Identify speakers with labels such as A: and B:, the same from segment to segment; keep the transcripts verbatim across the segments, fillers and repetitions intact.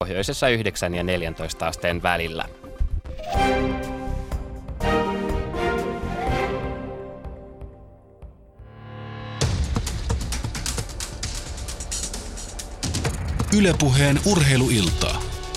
A: pohjoisessa yhdeksän ja neljäntoista asteen välillä.
B: Yle Puheen urheiluiltaa.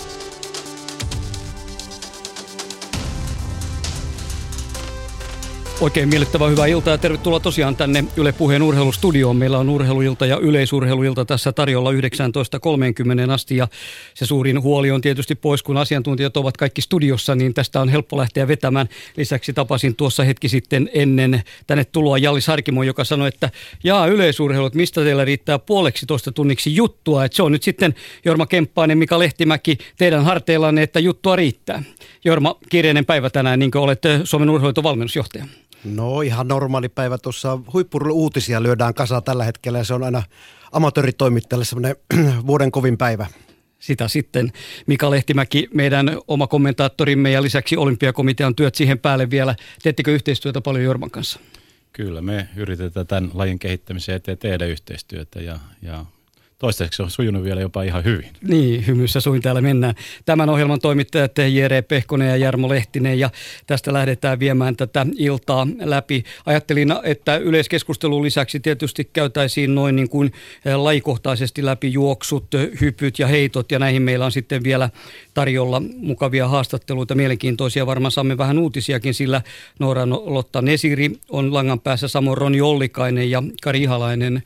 C: Oikein miellyttävää hyvää iltaa ja tervetuloa tosiaan tänne Yle Puheen urheilustudioon. Meillä on urheiluilta ja yleisurheiluilta tässä tarjolla yhdeksäntoista kolmekymmentä asti ja se suurin huoli on tietysti pois, kun asiantuntijat ovat kaikki studiossa, niin tästä on helppo lähteä vetämään. Lisäksi tapasin tuossa hetki sitten ennen tänne tuloa Jallis Harkimo, joka sanoi, että jaa yleisurheilut, mistä teillä riittää puoleksi toista tunniksi juttua, että se on nyt sitten Jorma Kemppainen, Mika Lehtimäki teidän harteillanne, että juttua riittää. Jorma, kiireinen päivä tänään, niin kuin olette Suomen urheiluliiton valmennusjohtaja.
D: No ihan normaali päivä. Tuossa huippu-uutisia lyödään kasaan tällä hetkellä ja se on aina amatööritoimittajalle semmoinen vuoden kovin päivä.
C: Sitä sitten Mika Lehtimäki, meidän oma kommentaattorimme ja lisäksi olympiakomitean työt siihen päälle vielä. Teettekö yhteistyötä paljon Jorman kanssa?
E: Kyllä, me yritetään tämän lajin kehittämiseen eteen tehdä yhteistyötä ja, ja toistaiseksi on sujunut vielä jopa ihan hyvin.
C: Niin, hymyssä suin täällä mennään. Tämän ohjelman toimittajat Jere Pehkonen ja Jarmo Lehtinen ja tästä lähdetään viemään tätä iltaa läpi. Ajattelin, että yleiskeskustelun lisäksi tietysti käytäisiin noin niin kuin lajikohtaisesti läpi juoksut, hypyt ja heitot ja näihin meillä on sitten vielä tarjolla mukavia haastatteluita. Mielenkiintoisia varmaan saamme vähän uutisiakin, sillä Noora Lotta Nesiri on langan päässä, samoin Roni Ollikainen ja Kari Ihalainen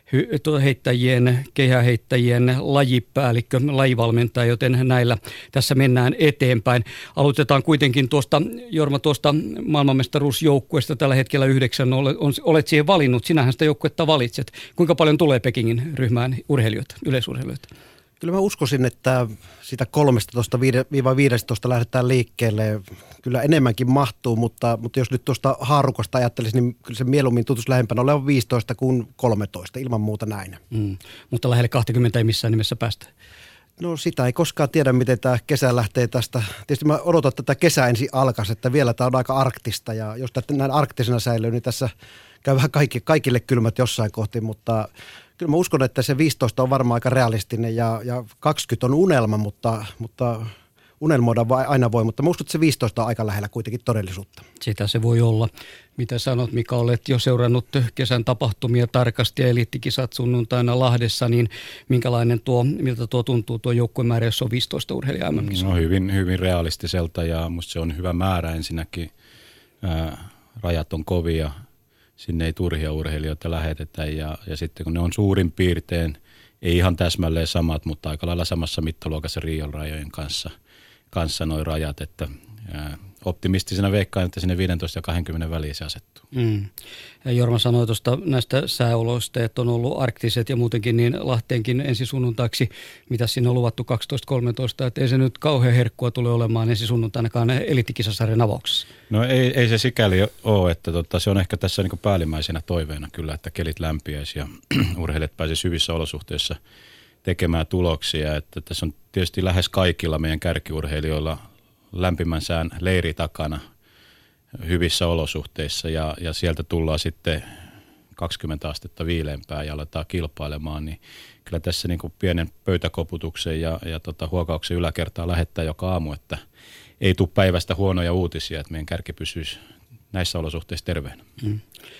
C: heittäjien, kehäheittäjien lajipäällikkö, lajivalmentaja, joten näillä tässä mennään eteenpäin. Aloitetaan kuitenkin tuosta, Jorma, tuosta maailmanmestaruusjoukkueesta tällä hetkellä yhdeksän, olet siihen valinnut, sinähän sitä joukkuetta valitset. Kuinka paljon tulee Pekingin ryhmään urheilijoita, yleisurheilijoita?
D: Kyllä mä uskoisin, että sitä kolmetoista viisitoista lähdetään liikkeelle. Kyllä enemmänkin mahtuu, mutta, mutta jos nyt tuosta haarukasta ajattelisin, niin kyllä se mieluummin tuntuisi lähempänä olevan viisitoista kuin kolmetoista, ilman muuta näin. Mm,
C: mutta lähelle kaksikymmentä ei missään nimessä päästä.
D: No sitä ei koskaan tiedä, miten tämä kesä lähtee tästä. Tietysti mä odotan, että tätä kesä ensin alkaisi, että vielä tämä on aika arktista ja jos tätä näin arktisena säilyy, niin tässä käy vähän kaikki, kaikille kylmät jossain kohti, mutta kyllä mä uskon, että se viisitoista on varmaan aika realistinen ja, ja kaksikymmentä on unelma, mutta, mutta unelmoida aina voi, mutta mä uskon, että se viisitoista on aika lähellä kuitenkin todellisuutta.
C: Sitä se voi olla. Mitä sanot, Mika, olet jo seurannut kesän tapahtumia tarkasti ja eliittikisat sunnuntaina Lahdessa, niin minkälainen tuo, miltä tuo tuntuu tuo joukkuemäärä, jos on viisitoista urheilijaa M M-kisaa?
E: No hyvin, hyvin realistiselta ja musta se on hyvä määrä ensinnäkin. Ää, rajat on kovia. Sinne ei turhia urheilijoita lähetetä ja, ja sitten kun ne on suurin piirtein, ei ihan täsmälleen samat, mutta aika lailla samassa mittaluokassa Rion rajojen kanssa, kanssa noi rajat, että ää, optimistisena veikkaan, että sinne viisitoista ja kaksikymmentä väliin se asettuu. Mm.
C: Ja Jorma sanoi tuosta näistä sääoloista, että on ollut arktiset ja muutenkin niin Lahteenkin ensi sunnuntaiksi, mitä siinä on luvattu kaksitoista kolmetoista, että ei se nyt kauhean herkkua tule olemaan ensi sunnuntainakaan eliittikisasarjan avauksessa.
E: No ei, ei se sikäli ole, että tota, se on ehkä tässä niin kuin päällimmäisenä toiveena kyllä, että kelit lämpiäisi ja urheilijat pääsisi hyvissä olosuhteissa tekemään tuloksia. Että tässä on tietysti lähes kaikilla meidän kärkiurheilijoilla lämpimän sään leiri takana hyvissä olosuhteissa ja, ja sieltä tullaan sitten kaksikymmentä astetta viileämpää ja aletaan kilpailemaan, niin kyllä tässä niin kuin pienen pöytäkoputuksen ja, ja tota huokauksen yläkertaa lähettää joka aamu, että ei tule päivästä huonoja uutisia, että meidän kärki pysyisi näissä olosuhteissa terveenä. Mm.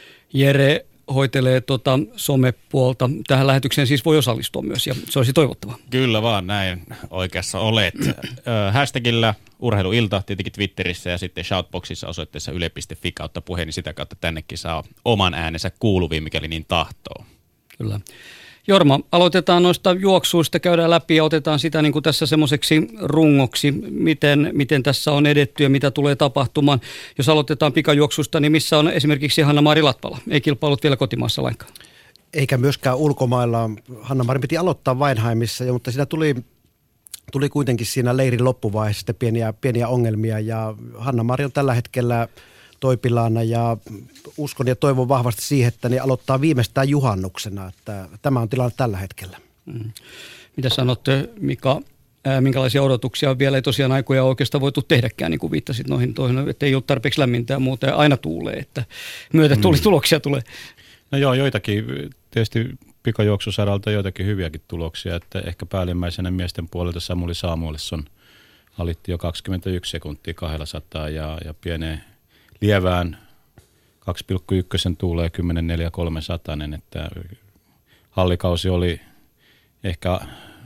C: Jere hoitelee tuota somepuolta. Tähän lähetykseen siis voi osallistua myös ja se olisi toivottavaa.
A: Kyllä vaan, näin oikeassa olet. Hashtagillä urheiluilta tietenkin Twitterissä ja sitten shoutboxissa osoitteessa yle piste fi kautta puhe, niin sitä kautta tännekin saa oman äänensä kuuluviin, mikäli niin tahtoo.
C: Kyllä. Jorma, aloitetaan noista juoksuista, käydään läpi ja otetaan sitä niin kuin tässä semmoiseksi rungoksi, miten, miten tässä on edetty ja mitä tulee tapahtumaan. Jos aloitetaan pikajuoksusta, niin missä on esimerkiksi Hanna-Mari Latvala? Ei kilpailut vielä kotimaassa lainkaan.
D: Eikä myöskään ulkomailla. Hanna-Mari piti aloittaa Weinheimissa, mutta siinä tuli, tuli kuitenkin siinä leirin loppuvaiheessa sitten pieniä, pieniä ongelmia ja Hanna-Mari on tällä hetkellä Toipilaana ja uskon ja toivon vahvasti siihen, että ne aloittaa viimeistään juhannuksena, että tämä on tilanne tällä hetkellä. Mm.
C: Mitä sanotte, Mika, ää, minkälaisia odotuksia on vielä? Ei tosiaan aikoja oikeastaan voitu tehdäkään, niin kuin viittasit noihin toihin, että ei ole tarpeeksi lämmintä ja muuta ja aina tuulee, että myötä tuli, mm. tuloksia tulee.
E: No joo, joitakin tietysti pikajuoksusaralta joitakin hyviäkin tuloksia, että ehkä päällimmäisenä miesten puolelta Samuli Samuelsson alitti jo kaksikymmentäyksi sekuntia kaksisataa ja, ja pieneen lievään kaksi pilkku yksi tuulee kymmenen neljä kolmesataa, että hallikausi oli ehkä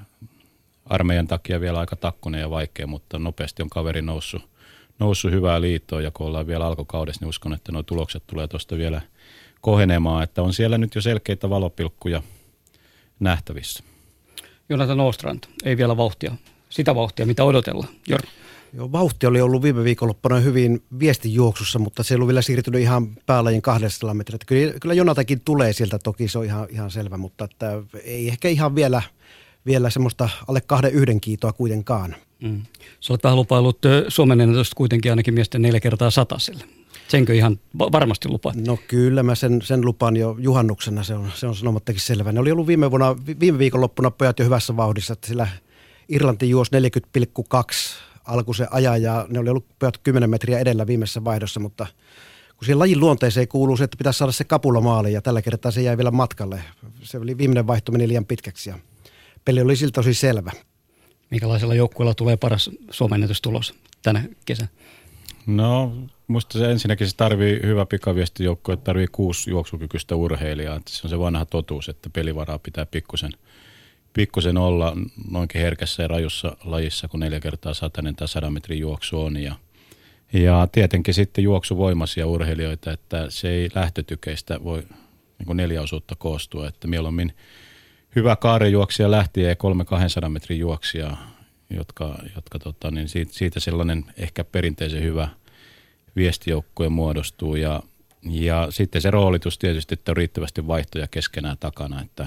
E: armeijan takia vielä aika takkunen ja vaikea, mutta nopeasti on kaveri noussut, noussut hyvää liittoa ja kun ollaan vielä alkukaudessa, niin uskon, että nuo tulokset tulee tuosta vielä kohenemaan, että on siellä nyt jo selkeitä valopilkkuja nähtävissä.
C: Jonathan Åstrand, ei vielä vauhtia, sitä vauhtia, mitä odotellaan. Jorma.
D: Joo, vauhti oli ollut viime viikonloppuna hyvin viestijuoksussa, mutta se ei ollut vielä siirtynyt ihan päälajin kahdesta metriä. Kyllä, kyllä Jonatakin tulee sieltä, toki se on ihan, ihan selvä, mutta että ei ehkä ihan vielä, vielä semmoista alle kahden yhden kiitoa kuitenkaan.
C: Mm. Sä olet vähän lupaillut Suomen ennätystä kuitenkin ainakin miesten neljä kertaa sataselle. Senkö ihan varmasti lupaat?
D: No kyllä, mä sen, sen lupaan jo juhannuksena, se on, se on sanomattakin selvä. Ne oli ollut viime, vuonna, viime viikonloppuna pojat jo hyvässä vauhdissa, että sillä Irlanti juosi neljäkymmentä pilkku kaksi alku se aja ja ne oli ollut pojat kymmenen metriä edellä viimeisessä vaihdossa, mutta kun siihen lajin luonteeseen kuuluu se, että pitäisi saada se kapula maaliin ja tällä kertaa se jäi vielä matkalle. Se oli viimeinen vaihto meni liian pitkäksi ja peli oli siltä tosi selvä.
C: Minkälaisella joukkueella tulee paras Suomen ennätystulos tänä kesänä?
E: No, musta se ensinnäkin se tarvii hyvä pikaviestijoukkue, että tarvii kuusi juoksukykyistä urheilijaa. Että se on se vanha totuus, että pelivaraa pitää pikkusen, pikkusen olla noinkin herkässä ja rajussa lajissa, kun neljä kertaa satanen tai sadan metrin juoksu on. Ja, ja tietenkin sitten juoksuvoimaisia urheilijoita, että se ei lähtötykeistä voi niin kuin neljä osuutta koostua. Että mieluummin hyvä kaarijuoksija lähtien ja kolme kahdensadan metrin juoksija, jotka, jotka tota, niin siitä, siitä sellainen ehkä perinteisen hyvä viestijoukkue muodostuu ja, ja sitten se roolitus tietysti, että on riittävästi vaihtoja keskenään takana, että,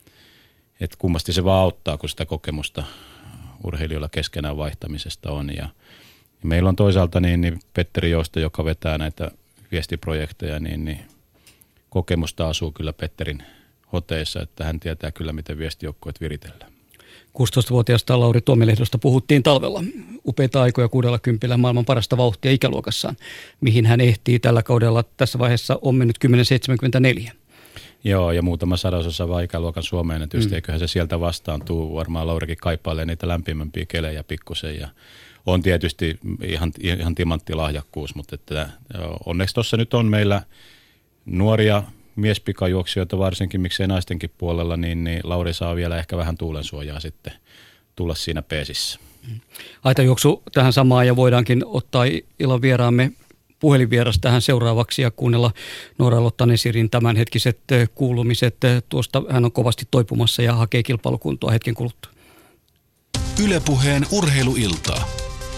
E: että kummasti se vaan auttaa, kun sitä kokemusta urheilijoilla keskenään vaihtamisesta on ja, ja meillä on toisaalta niin, niin Petteri Jousto, joka vetää näitä viestiprojekteja, niin, niin kokemusta asuu kyllä Petterin hoteissa, että hän tietää kyllä, miten viestijoukkueet viritellään.
C: kuusitoistavuotiaasta Lauri Tuomilehdosta puhuttiin talvella. Upeita aikoja kuudella kympillä maailman parasta vauhtia ikäluokassaan, mihin hän ehtii tällä kaudella. Tässä vaiheessa on mennyt kymmenen seitsemänkymmentäneljä.
E: Joo, ja muutama sadasosa vaan ikäluokan Suomeen, että mm. eiköhän se sieltä vastaan tuu. Varmaan Laurikin kaipailee niitä lämpimämpiä kelejä pikkusen ja on tietysti ihan, ihan timanttilahjakkuus, mutta että onneksi tuossa nyt on meillä nuoria miespikajuoksijoita varsinkin, miksei naistenkin puolella, niin, niin Lauri saa vielä ehkä vähän tuulensuojaa sitten tulla siinä peesissä.
C: Aitajuoksu tähän samaan ja voidaankin ottaa illan vieraamme puhelinvieras tähän seuraavaksi ja kuunnella Noora-Lotta Nesirin tämänhetkiset kuulumiset. Tuosta hän on kovasti toipumassa ja hakee kilpailukuntoa hetken kuluttua.
B: Yle Puheen urheiluiltaa.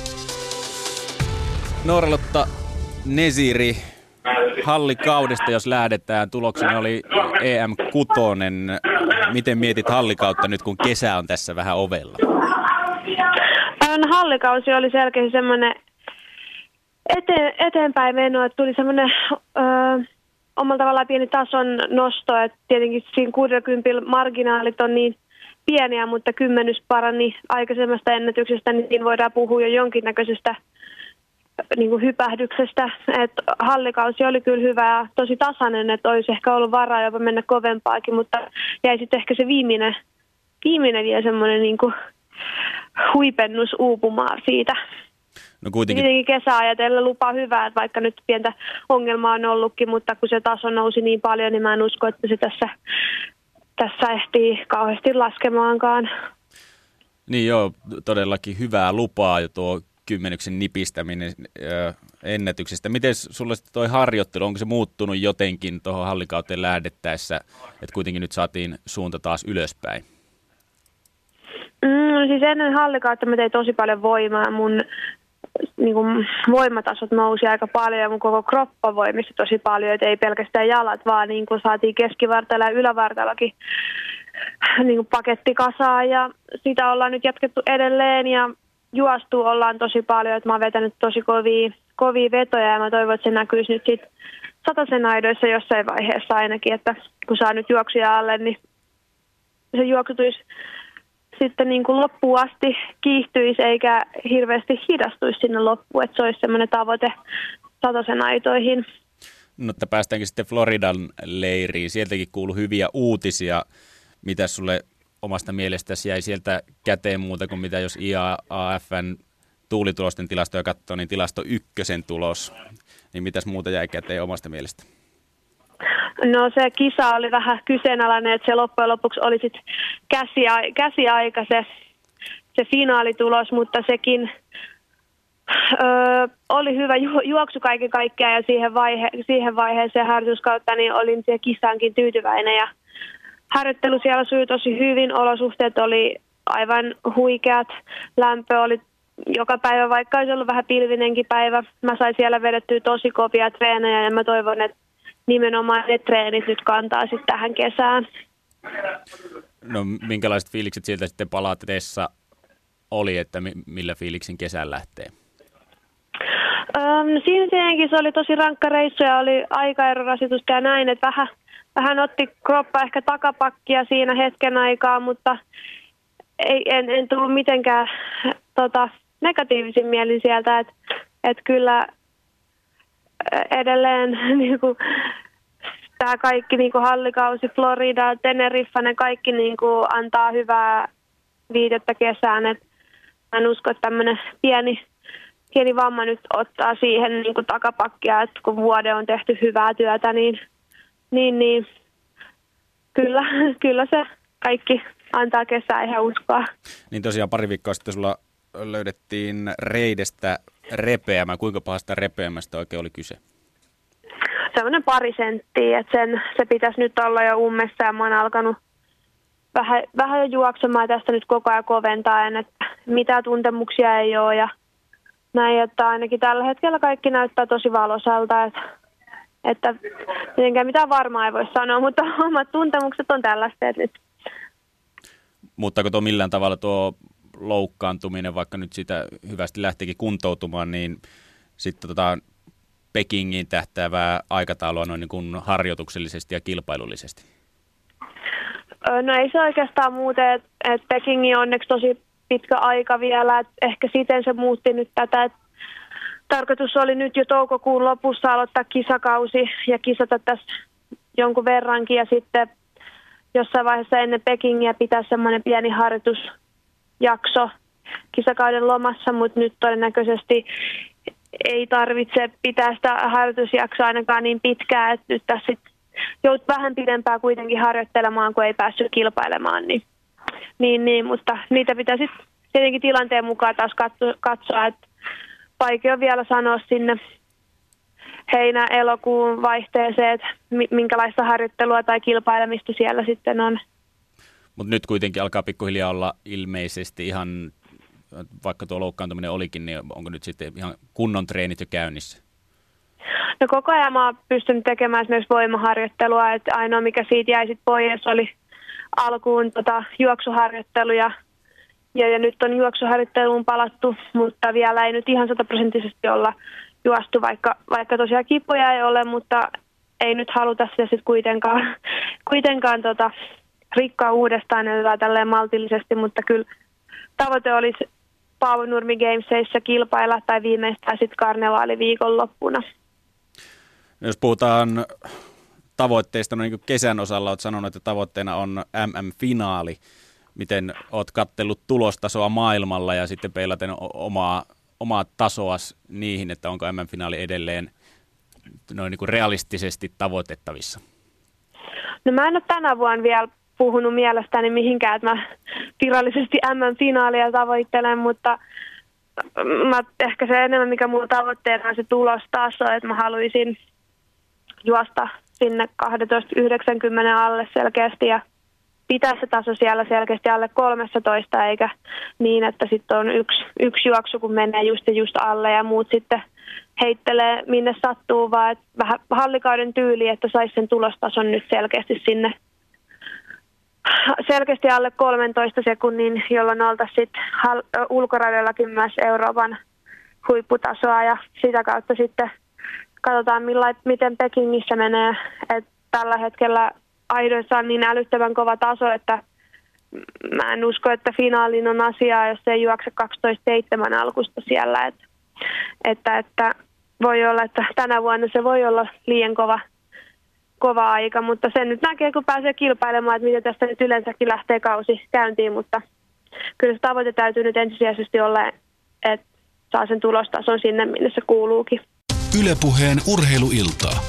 A: Noora-Lotta Nesiri, hallikaudesta jos lähdetään, tuloksena oli E M kuusi. Miten mietit hallikautta nyt, kun kesä on tässä vähän ovella?
F: Hallikausi oli selkeästi semmoinen eteen, eteenpäin meno, että tuli semmoinen öö, omalla tavallaan pieni tason nosto, että tietenkin siinä kuusikymmentä marginaalit on niin pieniä, mutta kymmenys parani aikaisemmasta ennätyksestä, niin siinä voidaan puhua jo jonkinnäköisestä niin kuin hypähdyksestä. Että hallikausi oli kyllä hyvä ja tosi tasainen, että olisi ehkä ollut varaa jopa mennä kovempaakin, mutta jäi sitten ehkä se viimeinen, viimeinen vielä semmoinen niin kuin huipennus uupumaan siitä.
A: No kuitenkin.
F: Tietenkin kesä ajatellen lupaa hyvää, että vaikka nyt pientä ongelmaa on ollutkin, mutta kun se taso nousi niin paljon, niin mä en usko, että se tässä, tässä ehtii kauheasti laskemaankaan.
A: Niin joo, todellakin hyvää lupaa jo tuo kymmenyksen nipistäminen ö, ennätyksestä. Miten sulla sitten toi harjoittelu, onko se muuttunut jotenkin tuohon hallikauteen lähdettäessä, että kuitenkin nyt saatiin suunta taas ylöspäin?
F: Mm, siis ennen hallikautta mä tein tosi paljon voimaa. Mun niin kun, voimatasot nousi aika paljon ja mun koko kroppa voimistui tosi paljon, että ei pelkästään jalat, vaan niin kun saatiin keskivartalo ja ylävartalokin niin kun paketti kasaan ja sitä ollaan nyt jatkettu edelleen ja juostu ollaan tosi paljon, että mä oon vetänyt tosi kovia, kovia vetoja ja mä toivon, että se näkyisi nyt sit satasen aidoissa jossain vaiheessa ainakin, että kun saa nyt juoksuja alle, niin se juoksutuisi sitten niin kuin loppuun asti kiihtyisi eikä hirveästi hidastuisi sinne loppuun, että se olisi semmoinen tavoite satasen aitoihin.
A: No, että päästäänkin sitten Floridan leiriin. Sieltäkin kuului hyviä uutisia. mitä sulle omasta mielestäsi jäi sieltä käteen muuta kuin mitä jos I A F:n tuulitulosten tilastoja katsoo, niin tilasto ykkösen tulos. Niin mitäs muuta jäi käteen omasta mielestä?
F: No se kisa oli vähän kyseenalainen, että se loppujen lopuksi oli sitten käsiä, käsiaika se, se finaalitulos, mutta sekin öö, oli hyvä ju, juoksu kaiken kaikkiaan ja siihen, vaihe, siihen vaiheeseen harjoituskautta niin olin siihen kisaankin tyytyväinen ja harjoittelu siellä sujui tosi hyvin, olosuhteet oli aivan huikeat, lämpö oli joka päivä, vaikka olisi ollut vähän pilvinenkin päivä. Mä sain siellä vedettyä tosi kovia treenejä ja mä toivon, että nimenomaan ne treenit nyt kantaa sitten tähän kesään.
A: No minkälaiset fiilikset sieltä sitten palaatteessa oli, että millä fiiliksin kesän lähtee?
F: Öm, siinä tietenkin se oli tosi rankka reissu ja oli aikaerorasitusta ja näin, että vähän, vähän otti kroppa ehkä takapakkia siinä hetken aikaa, mutta ei, en, en tullut mitenkään tota, negatiivisin mielin sieltä, että et kyllä edelleen niin kuin, tämä kaikki niin kuin hallikausi, Florida, Teneriffa, ne kaikki niin kuin, antaa hyvää viitettä kesään. Et mä en usko, että tämmöinen pieni, pieni vamma nyt ottaa siihen niin kuin takapakkia, että kun vuoden on tehty hyvää työtä, niin, niin, niin kyllä, kyllä se kaikki antaa kesää ihan uskoa.
A: Niin tosiaan pari viikkoa sitten sulla löydettiin reidestä repeämä. Kuinka pahasta repeämästä oikein oli kyse?
F: Sellainen pari senttiä, että sen, se pitäisi nyt olla jo ummessa ja mä oon alkanut vähän, vähän jo juoksemaan tästä nyt koko ajan koventaen, että mitä tuntemuksia ei ole ja näin, että ainakin tällä hetkellä kaikki näyttää tosi valoisalta, että, että mitenkään mitään varmaa ei voi sanoa, mutta omat tuntemukset on tällaiset nyt.
A: Muuttaako tuo millään tavalla tuo loukkaantuminen, vaikka nyt sitä hyvästi lähtikin kuntoutumaan, niin sitten tota Pekingiin tähtäävää aikataulua noin niin kuin harjoituksellisesti ja kilpailullisesti?
F: No ei se oikeastaan muuten, että et Pekingi on onneksi tosi pitkä aika vielä, että ehkä siten se muutti nyt tätä, että tarkoitus oli nyt jo toukokuun lopussa aloittaa kisakausi ja kisata tässä jonkun verrankin ja sitten jossain vaiheessa ennen Pekingiä pitää semmoinen pieni harjoitusjakso kisakauden lomassa, mutta nyt todennäköisesti ei tarvitse pitää sitä harjoitusjaksoa ainakaan niin pitkään, että nyt tässä sitten joudut vähän pidempään kuitenkin harjoittelemaan, kun ei päässyt kilpailemaan. Niin, niin, niin mutta niitä pitää sitten tietenkin tilanteen mukaan taas katsoa, että vaikea on vielä sanoa sinne heinä-elokuun vaihteeseen, että minkälaista harjoittelua tai kilpailemista siellä sitten on.
A: Mutta nyt kuitenkin alkaa pikkuhiljaa olla ilmeisesti ihan, vaikka tuo loukkaantuminen olikin, niin onko nyt sitten ihan kunnon treenit jo käynnissä?
F: No koko ajan mä oon pystynyt tekemään esimerkiksi voimaharjoittelua, että ainoa mikä siitä jäi sitten pois oli alkuun tota, juoksuharjoittelu ja, ja, ja nyt on juoksuharjoitteluun palattu, mutta vielä ei nyt ihan sataprosenttisesti olla juostu, vaikka, vaikka tosiaan kipuja ei ole, mutta ei nyt haluta sitä sitten kuitenkaan, kuitenkaan tota, rikkaa uudestaan ja tälleen maltillisesti, mutta kyllä tavoite olisi Paavo-Nurmi Gamesissa kilpailla tai viimeistään sitten karnevaaliviikonloppuna.
A: Jos puhutaan tavoitteista, no niin kuin kesän osalla olet sanonut, että tavoitteena on M M-finaali. Miten olet katsellut tulostasoa maailmalla ja sitten peilaten omaa, omaa tasoas niihin, että onko M M-finaali edelleen noin niin kuin realistisesti tavoitettavissa? No mä en ole tänä vuonna vielä puhunut mielestäni mihinkään, että mä virallisesti M M-finaalia tavoittelen, mutta mä, ehkä se enemmän, mikä mulla tavoitteena on se tulostaso, että mä haluaisin juosta sinne kaksitoista yhdeksänkymmentä alle selkeästi ja pitää se taso siellä selkeästi alle kolmetoista, eikä niin, että sitten on yksi, yksi juoksu, kun menee just ja just alle ja muut sitten heittelee minne sattuu, vaan että vähän hallikauden tyyli, että saisi sen tulostason nyt selkeästi sinne selkeästi alle kolmetoista sekunnin, jolloin oltaisiin sitten ulkorajoillakin myös Euroopan huipputasoa ja sitä kautta sitten katsotaan, millä, miten Pekingissä menee. Et tällä hetkellä aidoissa on niin älyttömän kova taso, että mä en usko, että finaalin on asiaa, jos ei juokse kaksitoista seitsemän alkusta siellä. Et, että, että voi olla, että tänä vuonna se voi olla liian kova,
F: kova aika, mutta sen nyt näkee, kun pääsee kilpailemaan, että miten tästä nyt yleensäkin lähtee kausi käyntiin, mutta kyllä se tavoite täytyy nyt ensisijaisesti olla, että saa sen tulostason sinne, minne se kuuluukin.
B: Yle Puheen urheiluiltaa.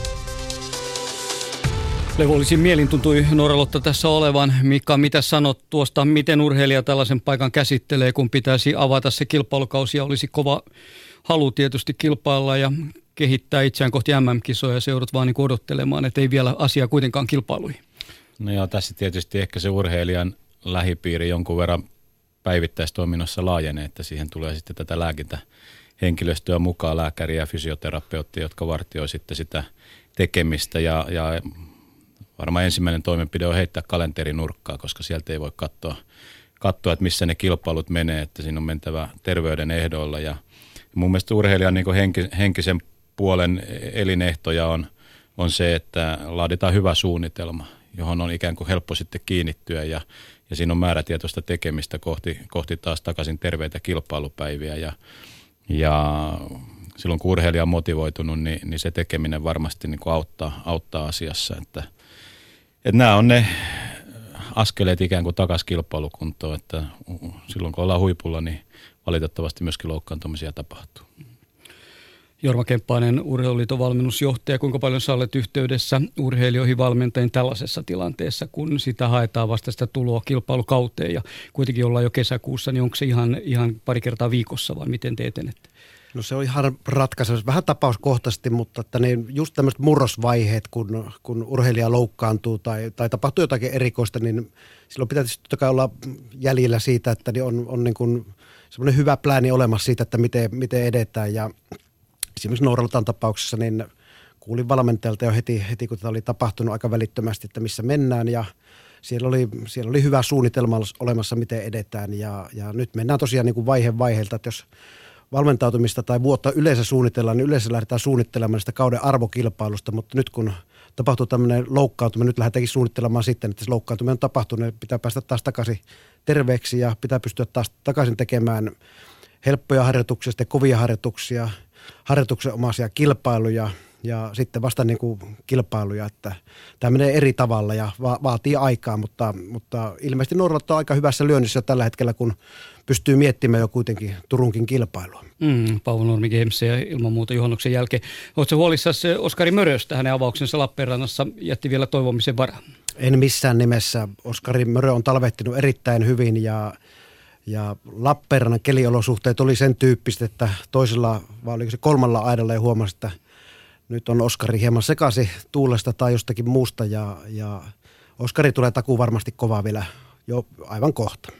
C: Levollisin mielin tuntui Noora-Lotta tässä olevan. Mika, mitä sanot tuosta, miten urheilija tällaisen paikan käsittelee, kun pitäisi avata se kilpailukausi ja olisi kova halu tietysti kilpailla ja kehittää itseään kohti äm äm-kisoja ja seudut vaan niin odottelemaan, että ei vielä asiaa kuitenkaan kilpailuihin?
E: No joo, tässä tietysti ehkä se urheilijan lähipiiri jonkun verran päivittäistoiminnassa laajenee, että siihen tulee sitten tätä lääkintähenkilöstöä mukaan, lääkäriä ja fysioterapeuttia, jotka vartioi sitten sitä tekemistä ja, ja varmaan ensimmäinen toimenpide on heittää kalenteri nurkkaa, koska sieltä ei voi katsoa, katsoa, että missä ne kilpailut menee, että siinä on mentävä terveyden ehdoilla. Ja mun mielestä urheilijan niin kuin henki, henkisen puolen elinehtoja on, on se, että laaditaan hyvä suunnitelma, johon on ikään kuin helppo sitten kiinnittyä ja, ja siinä on määrätietoista tekemistä kohti, kohti taas takaisin terveitä kilpailupäiviä ja, ja silloin kun urheilija on motivoitunut, niin, niin se tekeminen varmasti niin kuin auttaa, auttaa asiassa, että Että nämä on ne askeleet ikään kuin takaisin kilpailukuntoon, että silloin kun ollaan huipulla, niin valitettavasti myöskin loukkaantumisia tapahtuu.
C: Jorma Kemppainen, Urheiluliiton valmennusjohtaja, kuinka paljon sä olet yhteydessä urheilijoihin valmentajien tällaisessa tilanteessa, kun sitä haetaan vasta sitä tuloa kilpailukauteen ja kuitenkin ollaan jo kesäkuussa, niin onko se ihan, ihan pari kertaa viikossa vai miten te etenette?
D: No se on ihan ratkaiseva, vähän tapauskohtaisesti, mutta että ne just tämmöiset murrosvaiheet, kun, kun urheilija loukkaantuu tai, tai tapahtuu jotakin erikoista, niin silloin pitää totta kai olla jäljellä siitä, että on, on niin kuin semmoinen hyvä plääni olemassa siitä, että miten, miten edetään. Ja esimerkiksi Noora-Lotan tapauksessa niin kuulin valmentajalta jo heti, heti, kun tämä oli tapahtunut aika välittömästi, että missä mennään ja siellä oli, siellä oli hyvä suunnitelma olemassa, miten edetään ja, ja nyt mennään tosiaan niin kuin vaihe vaiheelta, että jos valmentautumista tai vuotta yleensä suunnitellaan, niin yleensä lähdetään suunnittelemaan sitä kauden arvokilpailusta, mutta nyt kun tapahtuu tämmöinen loukkaantuminen, nyt lähdetäänkin suunnittelemaan sitten, että se loukkaantuminen on tapahtunut, niin pitää päästä taas takaisin terveeksi ja pitää pystyä taas takaisin tekemään helppoja harjoituksia, sitten kovia harjoituksia, harjoituksenomaisia kilpailuja ja sitten vasta niin kuin kilpailuja, että tämä menee eri tavalla ja va- vaatii aikaa, mutta, mutta ilmeisesti Noora-Lotta on aika hyvässä lyönnissä tällä hetkellä, kun pystyy miettimään jo kuitenkin Turunkin kilpailua.
C: Mm, Paavo Nurmi Games ja ilman muuta juhannuksen jälkeen. Oletko huolissasi Oskari Möröstä, hänen avauksensa Lappeenrannassa jätti vielä toivomisen varaa?
D: En missään nimessä. Oskari Mörö on talvehtinut erittäin hyvin ja, ja Lappeenrannan keliolosuhteet oli sen tyyppiset, että toisella, vai oliko se kolmalla aidalla ja huomasi, että nyt on Oskari hieman sekaisin tuulesta tai jostakin muusta ja, ja Oskari tulee takuu varmasti kovaa vielä jo aivan kohta.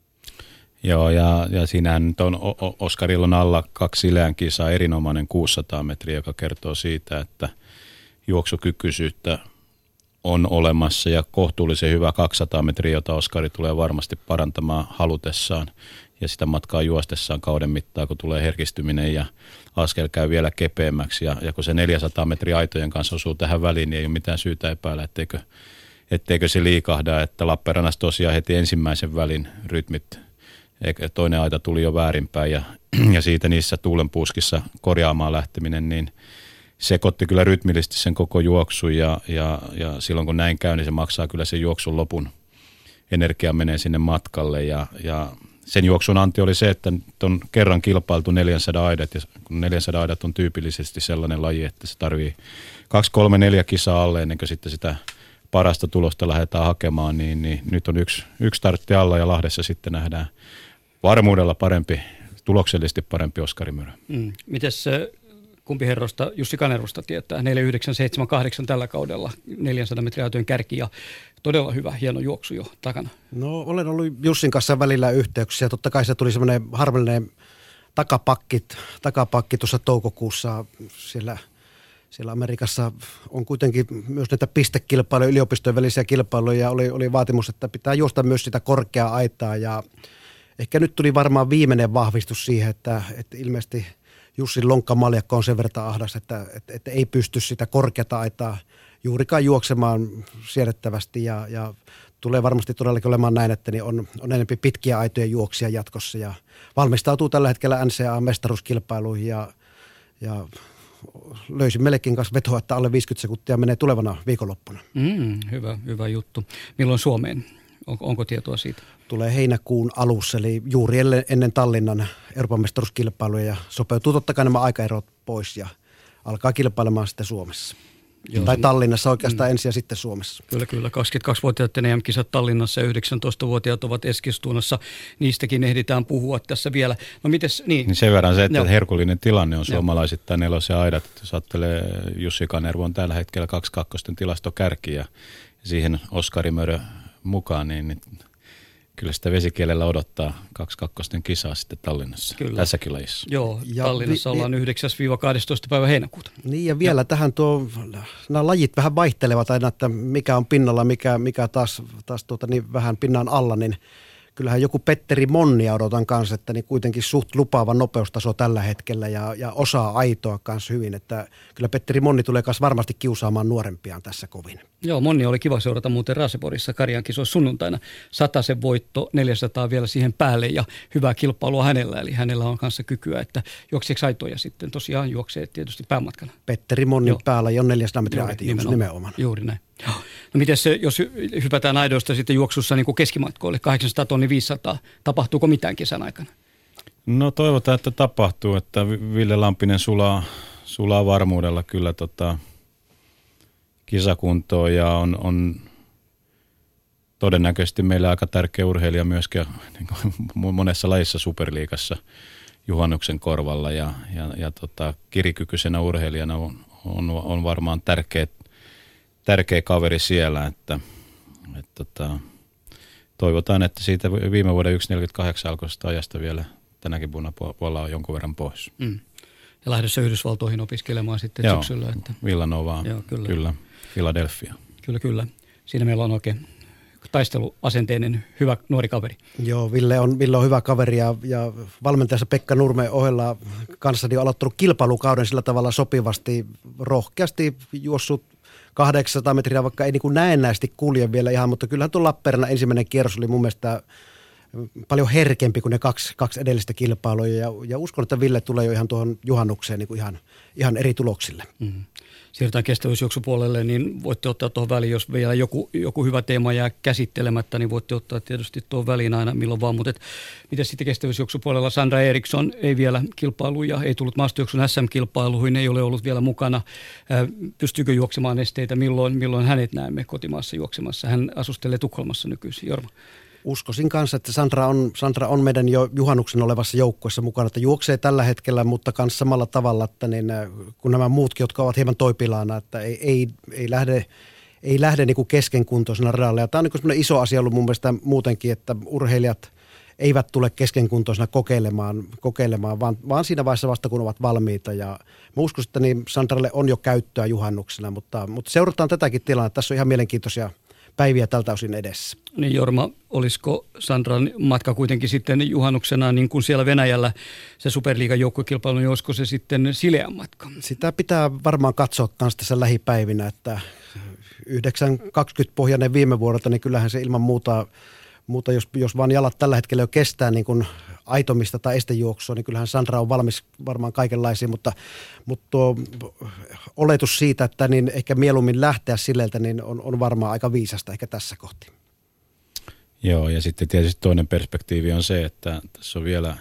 E: Joo, ja, ja siinähän nyt on, o, Oskarilla on alla kaksi Sileän kisaa, erinomainen kuusisataa metriä, joka kertoo siitä, että juoksukykyisyyttä on olemassa ja kohtuullisen hyvä kaksisataa metriä, jota Oskari tulee varmasti parantamaan halutessaan ja sitä matkaa juostessaan kauden mittaan, kun tulee herkistyminen ja askel käy vielä kepeämmäksi ja, ja kun se neljäsataa metriä aitojen kanssa osuu tähän väliin, niin ei ole mitään syytä epäillä, etteikö, etteikö se liikahda, että Lappeenrannassa tosiaan heti ensimmäisen välin rytmit, toinen aita tuli jo väärinpäin ja, ja siitä niissä tuulenpuuskissa korjaamaan lähteminen, niin sekoitti kyllä rytmillisesti sen koko juoksun ja, ja, ja silloin kun näin käy, niin se maksaa kyllä sen juoksun lopun. Energia menee sinne matkalle ja, ja sen juoksun anti oli se, että on kerran kilpailtu neljäsataa aidat ja kun neljäsataa aidat on tyypillisesti sellainen laji, että se tarvii kaksi, kolme, neljä kisaa alle ennen kuin sitten sitä parasta tulosta lähdetään hakemaan, niin, niin nyt on yksi, yksi startti alla ja Lahdessa sitten nähdään varmuudella parempi, tuloksellisesti parempi Oskari Mörö.
C: Mm. Mites kumpi herrosta Jussi Kanerusta tietää? neljä yhdeksän seitsemän kahdeksan tällä kaudella, neljäsataa metriä aitojen kärki ja todella hyvä, hieno juoksu jo takana. No
D: olen ollut Jussin kanssa välillä yhteyksiä. Totta kai se tuli semmoinen harvillinen takapakki, takapakki tuossa toukokuussa siellä, siellä Amerikassa on kuitenkin myös näitä pistekilpailuja, yliopistojen välisiä kilpailuja. Oli, oli vaatimus, että pitää juosta myös sitä korkeaa aitaa ja ehkä nyt tuli varmaan viimeinen vahvistus siihen, että, että ilmeisesti Jussin lonkkamaljakko on sen verran ahdas, että, että, että ei pysty sitä korkeata aitaa juurikaan juoksemaan siedettävästi ja, ja tulee varmasti todellakin olemaan näin, että niin on, on enemmän pitkiä aitoja juoksia jatkossa ja valmistautuu tällä hetkellä N C A-mestaruuskilpailuihin ja, ja löysin melkein kanssa vetoa, että alle viisikymmentä sekuntia menee tulevana viikonloppuna.
C: Mm, hyvä, hyvä juttu. Milloin Suomeen? On, onko tietoa siitä?
D: Tulee heinäkuun alussa, eli juuri ennen Tallinnan Euroopan mestaruuskilpailuja ja sopeutuu totta kai nämä aikaerot pois ja alkaa kilpailemaan sitten Suomessa. Joo, tai Tallinnassa oikeastaan mm. ensin ja sitten Suomessa.
C: Kyllä, kyllä. kaksikymmentäkaksivuotiaiden E M-kisat Tallinnassa ja yhdeksäntoistavuotiaat ovat Eskilstunassa. Niistäkin ehditään puhua tässä vielä. No mites, niin.
E: niin sen verran se, että
C: Joo.
E: herkullinen tilanne on suomalaisittain nelosen aidat. Jos ajattelee, Jussi Kanervo on tällä hetkellä kaksi kakkosten tilastokärki ja siihen Oskari Mörö mukaan, niin, niin kyllä sitä vesikielellä odottaa kaksi kakkosten kisaa sitten Tallinnassa, kyllä. Tässäkin lajissa.
C: Joo,
D: ja
C: Tallinnassa
D: vi-
C: ollaan yhdeksäs kahdestoista päivä heinäkuuta.
D: Niin ja vielä ja. tähän tuo, nämä lajit vähän vaihtelevat aina, että mikä on pinnalla, mikä, mikä taas, taas tuota, niin vähän pinnan alla, niin kyllähän joku Petteri Monnia odotan kanssa, että niin kuitenkin suht lupaava nopeustaso tällä hetkellä ja, ja osaa aitoa kanssa hyvin, että kyllä Petteri Monni tulee kanssa varmasti kiusaamaan nuorempiaan tässä kovin.
C: Joo, Monni oli kiva seurata muuten Raaseporissa Karjan kisoissa sunnuntaina. Satasen voitto, neljäsataa vielä siihen päälle ja hyvää kilpailua hänellä, eli hänellä on kanssa kykyä, että juokseeko aitoja sitten, tosiaan juoksee tietysti päämatkana.
D: Petteri Monnin päällä on neljäsataa metriä aito nimenomaan. nimenomaan.
C: Juuri näin. No miten se, jos hypätään aidoista sitten juoksussa niin kuin keskimatkoille, kahdeksansataa tonni viisisataa, tapahtuuko mitään kesän aikana?
E: No toivotaan, että tapahtuu, että Ville Lampinen sulaa, sulaa varmuudella kyllä tota kisakuntoon ja on, on todennäköisesti meillä aika tärkeä urheilija myöskin niin kuin monessa lajissa Superliigassa juhannuksen korvalla ja, ja, ja tota, kirikykyisenä urheilijana on, on, on varmaan tärkeä Tärkeä kaveri siellä, että, että, että toivotaan, että siitä viime vuoden yksi neljäkymmentäkahdeksan alkoista ajasta vielä tänäkin vuonna puolella on jonkun verran pois. Mm.
C: Ja lähdössä Yhdysvaltoihin opiskelemaan sitten
E: Joo,
C: syksyllä. Että
E: Villanovaan,
C: Joo, kyllä.
E: kyllä, Philadelphia.
C: Kyllä, kyllä. Siinä meillä on oikein taisteluasenteinen hyvä nuori kaveri.
D: Joo, Ville on, Ville on hyvä kaveri ja, ja valmentajansa Pekka Nurme ohella kanssani on aloittanut kilpailukauden sillä tavalla sopivasti, rohkeasti juossut kahdeksansataa metriä, vaikka ei niin kuin näennäisesti kulje vielä ihan, mutta kyllähän tuo Lappeenrannan ensimmäinen kierros oli mun mielestä paljon herkempi kuin ne kaksi, kaksi edellistä kilpailua ja, ja uskon, että Ville tulee jo ihan tuohon juhannukseen niin kuin ihan, ihan eri tuloksille. Mm-hmm.
C: Siirrytään kestävyysjuoksupuolelle, niin voitte ottaa tuohon väliin, jos vielä joku, joku hyvä teema jää käsittelemättä, niin voitte ottaa tietysti tuohon väliin aina milloin vaan, mutta miten sitten kestävyysjuoksupuolella Sandra Eriksson ei vielä kilpailuja, ei tullut maastojuoksun S M-kilpailuihin, ei ole ollut vielä mukana. Pystyykö juoksemaan esteitä, milloin, milloin hänet näemme kotimaassa juoksemassa? Hän asustelee Tukholmassa nykyisin, Jorma.
D: Uskoisin kanssa, että Sandra on, Sandra on meidän jo juhannuksen olevassa joukkueessa mukana, että juoksee tällä hetkellä, mutta myös samalla tavalla, että niin, kun nämä muutkin, jotka ovat hieman toipilaana, että ei, ei, ei lähde, ei lähde niin kuin keskenkuntoisena radalle. Ja tämä on niin kuin iso asia ollut mun mielestä muutenkin, että urheilijat eivät tule keskenkuntoisena kokeilemaan, kokeilemaan vaan, vaan siinä vaiheessa vasta, kun ovat valmiita. Ja mä uskon, että niin Sandralle on jo käyttöä juhannuksena, mutta, mutta seurataan tätäkin tilannetta. Tässä on ihan mielenkiintoisia päiviä tältä osin edessä.
C: Niin Jorma, olisiko Sandran matka kuitenkin sitten juhannuksena niin kuin siellä Venäjällä se Superliigan joukkuekilpailu, niin olisiko se sitten sileän matka?
D: Sitä pitää varmaan katsoa myös tässä lähipäivinä, että yhdeksän kaksikymmentä pohjainen viime vuodelta, niin kyllähän se ilman muuta, muuta jos, jos vaan jalat tällä hetkellä jo kestää niin kuin aitomista tai estejuoksua, niin kyllähän Sandra on valmis varmaan kaikenlaisiin, mutta, mutta tuo oletus siitä, että niin ehkä mieluummin lähteä sileltä, niin on, on varmaan aika viisasta ehkä tässä kohti.
E: Joo, ja sitten tietysti toinen perspektiivi on se, että tässä on vielä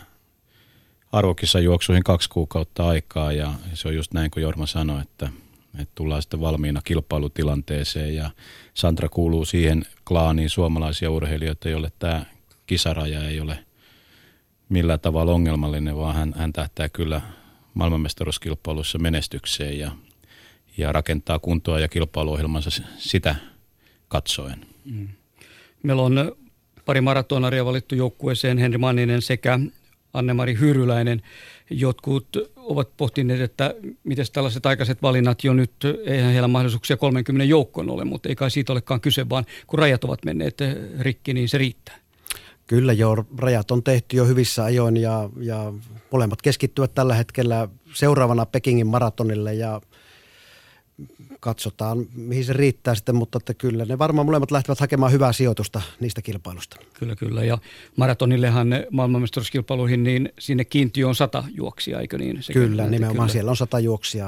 E: arvokisajuoksuihin kaksi kuukautta aikaa, ja se on just näin kuin Jorma sanoi, että, että tullaan sitten valmiina kilpailutilanteeseen, ja Sandra kuuluu siihen klaaniin suomalaisia urheilijoita, joille tämä kisaraja ei ole millään tavalla ongelmallinen, vaan hän, hän tähtää kyllä maailmanmestaruuskilpailuissa menestykseen ja, ja rakentaa kuntoa ja kilpailuohjelmansa sitä katsoen. Mm.
C: Meillä on pari maratonaria valittu joukkueeseen, Henri Manninen sekä Anne-Mari Hyryläinen. Jotkut ovat pohtineet, että miten tällaiset aikaiset valinnat jo nyt, eihän heillä mahdollisuuksia kolmekymmentä joukkoon ole, mutta ei kai siitä olekaan kyse, vaan kun rajat ovat menneet rikki, niin se riittää. Kyllä
D: joo, rajat on tehty jo hyvissä ajoin ja, ja molemmat keskittyvät tällä hetkellä seuraavana Pekingin maratonille ja katsotaan mihin se riittää sitten, mutta että kyllä ne varmaan molemmat lähtevät hakemaan hyvää sijoitusta niistä kilpailusta.
C: Kyllä, kyllä ja maratonillehan maailmanmestaruuskilpailuihin niin sinne kiintiö on sata juoksia, eikö niin?
D: Sekä, kyllä, nimenomaan kyllä. Siellä on sata juoksia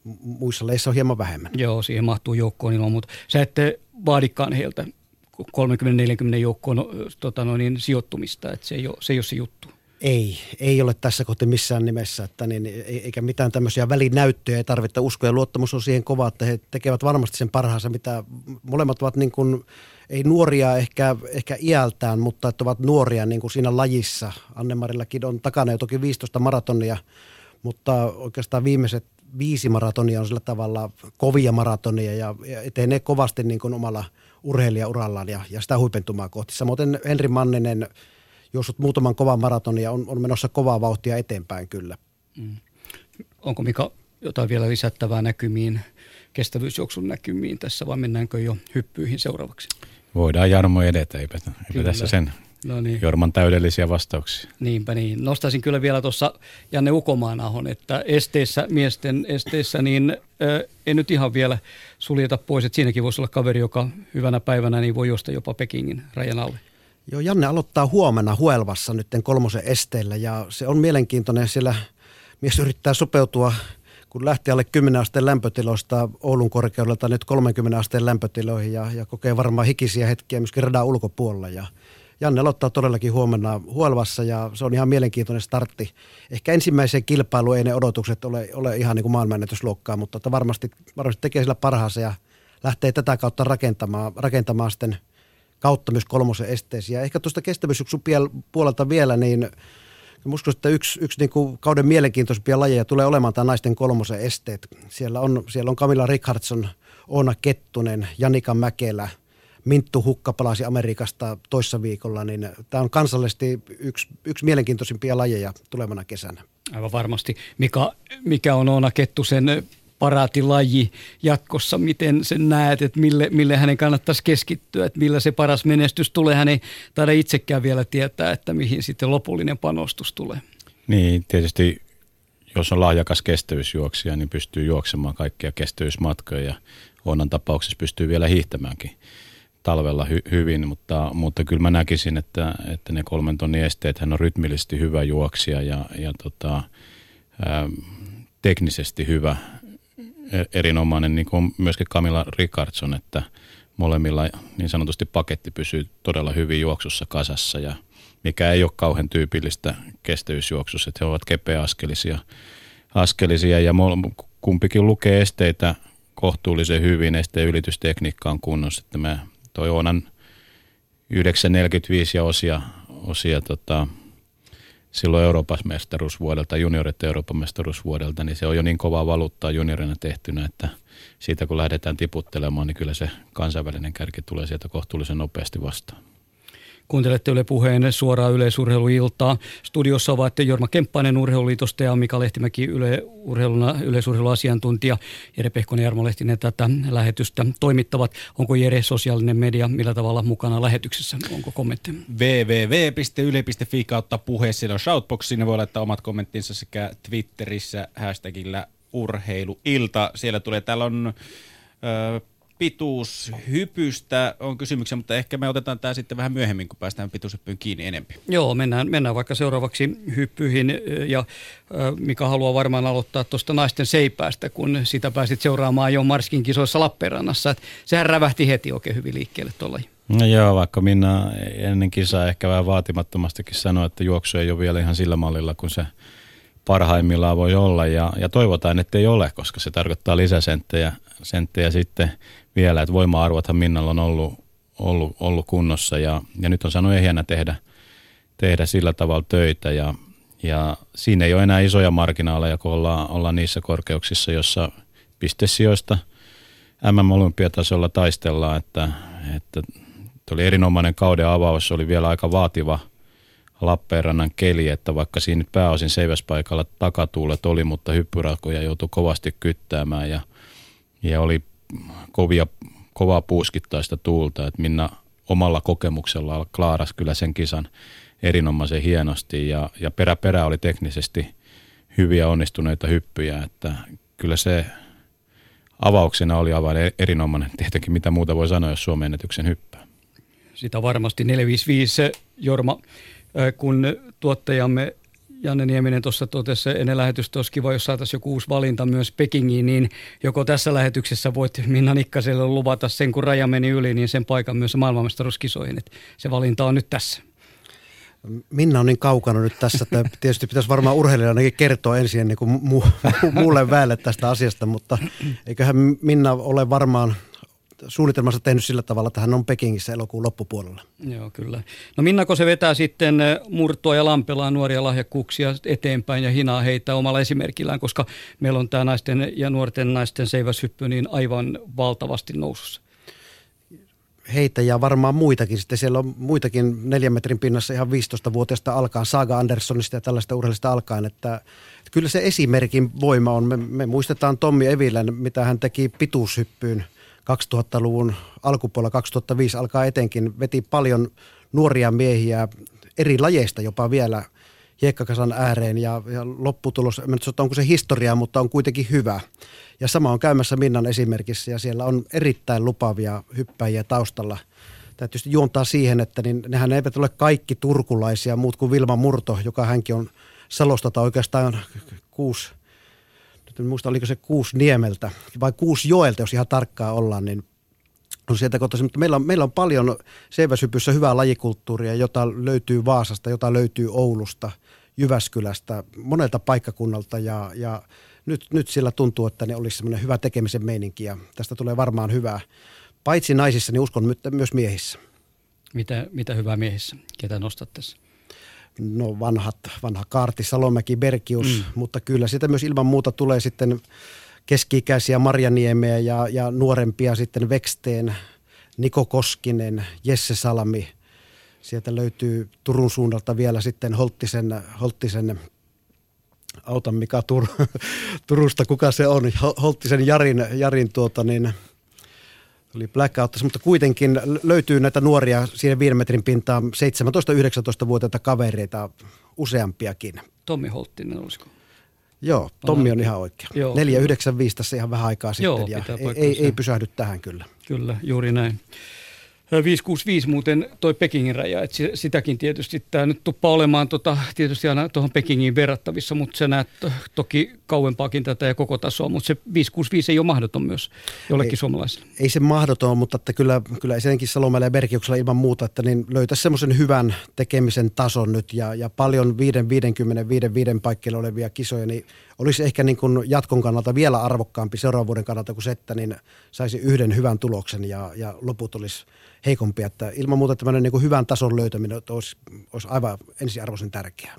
D: muissa leissa on hieman vähemmän.
C: Joo, siihen mahtuu joukkoon ilman, mutta sä ette vaadikaan heiltä kolmekymmentä neljäkymmentä joukkoon tota noin, niin, sijoittumista, että se ei ole se, ei ole se juttu.
D: Ei, ei ole tässä kohti missään nimessä, että niin, eikä mitään tämmöisiä välinäyttöjä ei tarvitse. Usko ja luottamus on siihen kova, että he tekevät varmasti sen parhaansa, mitä molemmat ovat niin kuin, ei nuoria ehkä, ehkä iältään, mutta että ovat nuoria niin kuin siinä lajissa. Anne-Marillakin on takana jo toki viisitoista maratonia, mutta oikeastaan viimeiset viisi maratonia on sillä tavalla kovia maratonia ja etenee kovasti niin kuin omalla urheilijaurallaan ja, ja sitä huipentumaa kohti. Samoin Henri Manninen juossut muutaman kovan maratonia on, on menossa kovaa vauhtia eteenpäin kyllä.
C: Mm. Onko Mika jotain vielä lisättävää näkymiin, kestävyysjuoksun näkymiin tässä vai mennäänkö jo hyppyihin seuraavaksi?
E: Voidaan Jarmo edetä, eipä, eipä tässä sen
C: no niin.
E: Jorman täydellisiä vastauksia.
C: Niinpä niin. Nostaisin kyllä vielä tuossa Janne Ukomaanahon, että esteissä, miesten esteissä, niin ö, en nyt ihan vielä suljeta pois, että siinäkin voisi olla kaveri, joka hyvänä päivänä niin voi juosta jopa Pekingin rajan alle.
D: Joo, Janne aloittaa huomenna Huelvassa nyt kolmosen esteillä ja se on mielenkiintoinen. Siellä mies yrittää sopeutua, kun lähti alle kymmenen asteen lämpötiloista Oulun korkeudelta nyt kolmekymmentä asteen lämpötiloihin ja, ja kokee varmaan hikisiä hetkiä myöskin radan ulkopuolella. Ja Janne aloittaa todellakin huomenna Huelvassa ja se on ihan mielenkiintoinen startti. Ehkä ensimmäiseen kilpailuun ei ne odotukset ole, ole ihan niin kuin maailmanennätysluokkaa, mutta että varmasti, varmasti tekee sillä parhaansa ja lähtee tätä kautta rakentamaan, rakentamaan sitten kautta myös kolmosen esteisiä. Ja ehkä tuosta kestävyysjuoksun puolelta vielä, niin uskon, että yksi, yksi niin kuin kauden mielenkiintoisimpia lajeja tulee olemaan tämä naisten kolmosen esteet. Siellä on, siellä on Camilla Richardson, Oona Kettunen, Janika Mäkelä, Minttu Hukka palasi Amerikasta toissa viikolla, niin tämä on kansallisesti yksi, yksi mielenkiintoisimpia lajeja tulevana kesänä.
C: Aivan varmasti. Mikä, mikä on Oona Kettusen paraatilaji jatkossa, miten sen näet, että mille, mille hänen kannattaisi keskittyä, että millä se paras menestys tulee. Hän ei taida itsekään vielä tietää, että mihin sitten lopullinen panostus tulee.
E: Niin, tietysti jos on lahjakas kestävyysjuoksija, niin pystyy juoksemaan kaikkia kestävyysmatkoja ja Oonan tapauksessa pystyy vielä hiihtämäänkin talvella hy- hyvin, mutta, mutta kyllä mä näkisin, että, että ne kolmen tonnin esteet, hän on rytmillisesti hyvä juoksija ja, ja tota, ää, teknisesti hyvä, erinomainen, niin kuin myöskin Camilla Richardson, että molemmilla niin sanotusti paketti pysyy todella hyvin juoksussa kasassa ja mikä ei ole kauhean tyypillistä kestävyysjuoksussa, että he ovat kepeäaskelisia askelisia ja kumpikin lukee esteitä kohtuullisen hyvin, esteen ylitystekniikka on kunnossa, että me toi Oonan yhdeksän neljäkymmentäviisi ja osia, osia tota, silloin Euroopan mestaruusvuodelta, juniorit Euroopan mestaruusvuodelta, niin se on jo niin kovaa valuuttaa juniorina tehtynä, että siitä kun lähdetään tiputtelemaan, niin kyllä se kansainvälinen kärki tulee sieltä kohtuullisen nopeasti vastaan.
C: Kuuntelette Yle Puheen suoraan yleisurheiluiltaa. Studiossa ovat Jorma Kemppainen Urheiluliitosta ja Mika Lehtimäki Yle Urheiluna, yleisurheiluasiantuntija. Jere Pehkonen ja Jarmo Lehtinen tätä lähetystä toimittavat. Onko Jere sosiaalinen media millä tavalla mukana lähetyksessä? Onko kommentteja?
A: double-u double-u double-u piste yle piste fi kautta puhe. Siinä on shoutbox. Sinne voi laittaa omat kommenttinsa sekä Twitterissä hashtagillä urheiluilta. Siellä tulee, täällä on Öö, pituushypystä on kysymyksiä, mutta ehkä me otetaan tämä sitten vähän myöhemmin, kun päästään pituushyppyyn kiinni enemmän.
C: Joo, mennään, mennään vaikka seuraavaksi hyppyihin ja Mika haluaa varmaan aloittaa tuosta naisten seipäästä, kun sitä pääsit seuraamaan jo Marskin kisoissa Lappeenrannassa. Et sehän rävähti heti oikein hyvin liikkeelle tuolla.
E: No joo, vaikka Minna ennen kisaa ehkä vähän vaatimattomastikin sanoi, että juoksu ei ole vielä ihan sillä mallilla, kun se parhaimmillaan voi olla ja, ja toivotaan, että ei ole, koska se tarkoittaa lisäsenttejä senttejä sitten vielä, että voima-arvothan Minnalla on ollut, ollut, ollut kunnossa ja, ja nyt on saanut ehjänä tehdä, tehdä sillä tavalla töitä ja, ja siinä ei ole enää isoja marginaaleja, kun ollaan, ollaan niissä korkeuksissa, jossa pistesijoista M M-olympiatasolla taistellaan, että, että oli erinomainen kauden avaus, oli vielä aika vaativa Lappeenrannan keli, että vaikka siinä nyt pääosin seiväspaikalla takatuulet oli, mutta hyppyrakoja joutui kovasti kyttäämään ja, ja oli kovia, kovaa puuskittaista tuulta, että Minna omalla kokemuksella klaaras kyllä sen kisan erinomaisen hienosti ja, ja perä perä oli teknisesti hyviä onnistuneita hyppyjä, että kyllä se avauksena oli aivan erinomainen. Tietenkin mitä muuta voi sanoa, jos Suomen ennätyksen hyppää.
C: Sitä varmasti neljä viisi viisi Jorma, kun tuottajamme Janne Nieminen tuossa totesi ennen lähetystä, olisi kiva, jos saataisiin joku uusi valinta myös Pekingiin, niin joko tässä lähetyksessä voit Minna Nikkaselle luvata sen, kun raja meni yli, niin sen paikan myös maailmanmestaruuskisoihin, että se valinta on nyt tässä.
D: Minna on niin kaukana nyt tässä, että tietysti pitäisi varmaan urheilijanakin kertoa ensin ennen kuin mu- mu- muulle väelle tästä asiasta, mutta eiköhän Minna ole varmaan suunnitelmassa tehnyt sillä tavalla, että hän on Pekingissä elokuun loppupuolella.
C: Joo, kyllä. No Minnako se vetää sitten Murtoa ja Lampelaa nuoria lahjakkuuksia eteenpäin ja hinaa heitä omalla esimerkillään, koska meillä on tämä naisten ja nuorten naisten seiväshyppy niin aivan valtavasti nousussa.
D: Heitä ja varmaan muitakin. Sitten siellä on muitakin neljän metrin pinnassa ihan viisitoistavuotiaasta alkaen, Saga Anderssonista ja tällaista urheilista alkaen, että, että kyllä se esimerkin voima on. Me, me muistetaan Tommi Evilän, mitä hän teki pituushyppyyn kaksituhattaluvun alkupuolella, kaksituhattaviisi alkaa etenkin, veti paljon nuoria miehiä eri lajeista jopa vielä hiekkakasan ääreen ja, ja lopputulos, en nyt onko se historiaa, mutta on kuitenkin hyvä. Ja sama on käymässä Minnan esimerkissä ja siellä on erittäin lupaavia hyppäjiä taustalla. Täytyy juontaa siihen, että niin nehän eivät ole kaikki turkulaisia, muut kuin Vilma Murto, joka hänkin on Salosta tai oikeastaan kuusi, nyt en muista oliko se kuusi Niemeltä vai kuusi Joelta, jos ihan tarkkaa ollaan, niin on sieltä kotoisin. Mutta meillä on, meillä on paljon seiväshypyssä hyvää lajikulttuuria, jota löytyy Vaasasta, jota löytyy Oulusta, Jyväskylästä, monelta paikkakunnalta ja, ja nyt, nyt sillä tuntuu, että ne olisi semmoinen hyvä tekemisen meininki ja tästä tulee varmaan hyvää. Paitsi naisissa, niin uskon myös miehissä.
C: Mitä, mitä hyvää miehissä? Ketä nostat tässä?
D: No vanhat, vanha Kaarti, Salomäki, Bergius, mm. mutta kyllä sitä myös ilman muuta tulee sitten keski-ikäisiä Marjaniemeä ja, ja nuorempia sitten Veksteen, Niko Koskinen, Jesse Salmi. Sieltä löytyy Turun suunnalta vielä sitten Holttisen, Holttisen auta mikä Tur, Turusta, kuka se on, Holttisen Jarin, Jarin tuota niin, oli blackout, mutta kuitenkin löytyy näitä nuoria siihen viiden metrin pintaan seitsemäntoista-yhdeksäntoista-vuotiaita kavereita useampiakin.
C: Tommi Holttinen olisiko?
D: Joo, Tommi on ihan oikea. neljä yhdeksänkymmentäviisi tässä ihan vähän aikaa sitten.
C: Joo,
D: ja ei, ei, ei pysähdy tähän kyllä.
C: Kyllä, juuri näin. viisi kuusikymmentäviisi muuten toi Pekingin raja, että sitäkin tietysti tämä nyt tuppaa olemaan tota, tietysti aina tuohon Pekingiin verrattavissa, mutta sä näet toki kauempaakin tätä ja koko tasoa, mutta se viisi kuusikymmentäviisi ei ole mahdoton myös jollekin
D: ei,
C: suomalaisille.
D: Ei se mahdoton, mutta että kyllä, kyllä esimerkiksi Salomäellä ja Bergiuksella ilman muuta, että niin löytäisi semmoisen hyvän tekemisen tason nyt ja, ja paljon viiden viidenkymmenen, viiden viiden paikkeilla olevia kisoja, niin olisi ehkä niin kuin jatkon kannalta vielä arvokkaampi seuraavan vuoden kannalta kuin se, että niin saisi yhden hyvän tuloksen ja, ja loput olisi heikompia. Että ilman muuta tämmöinen niin kuin hyvän tason löytäminen olisi, olisi aivan ensiarvoisen tärkeää.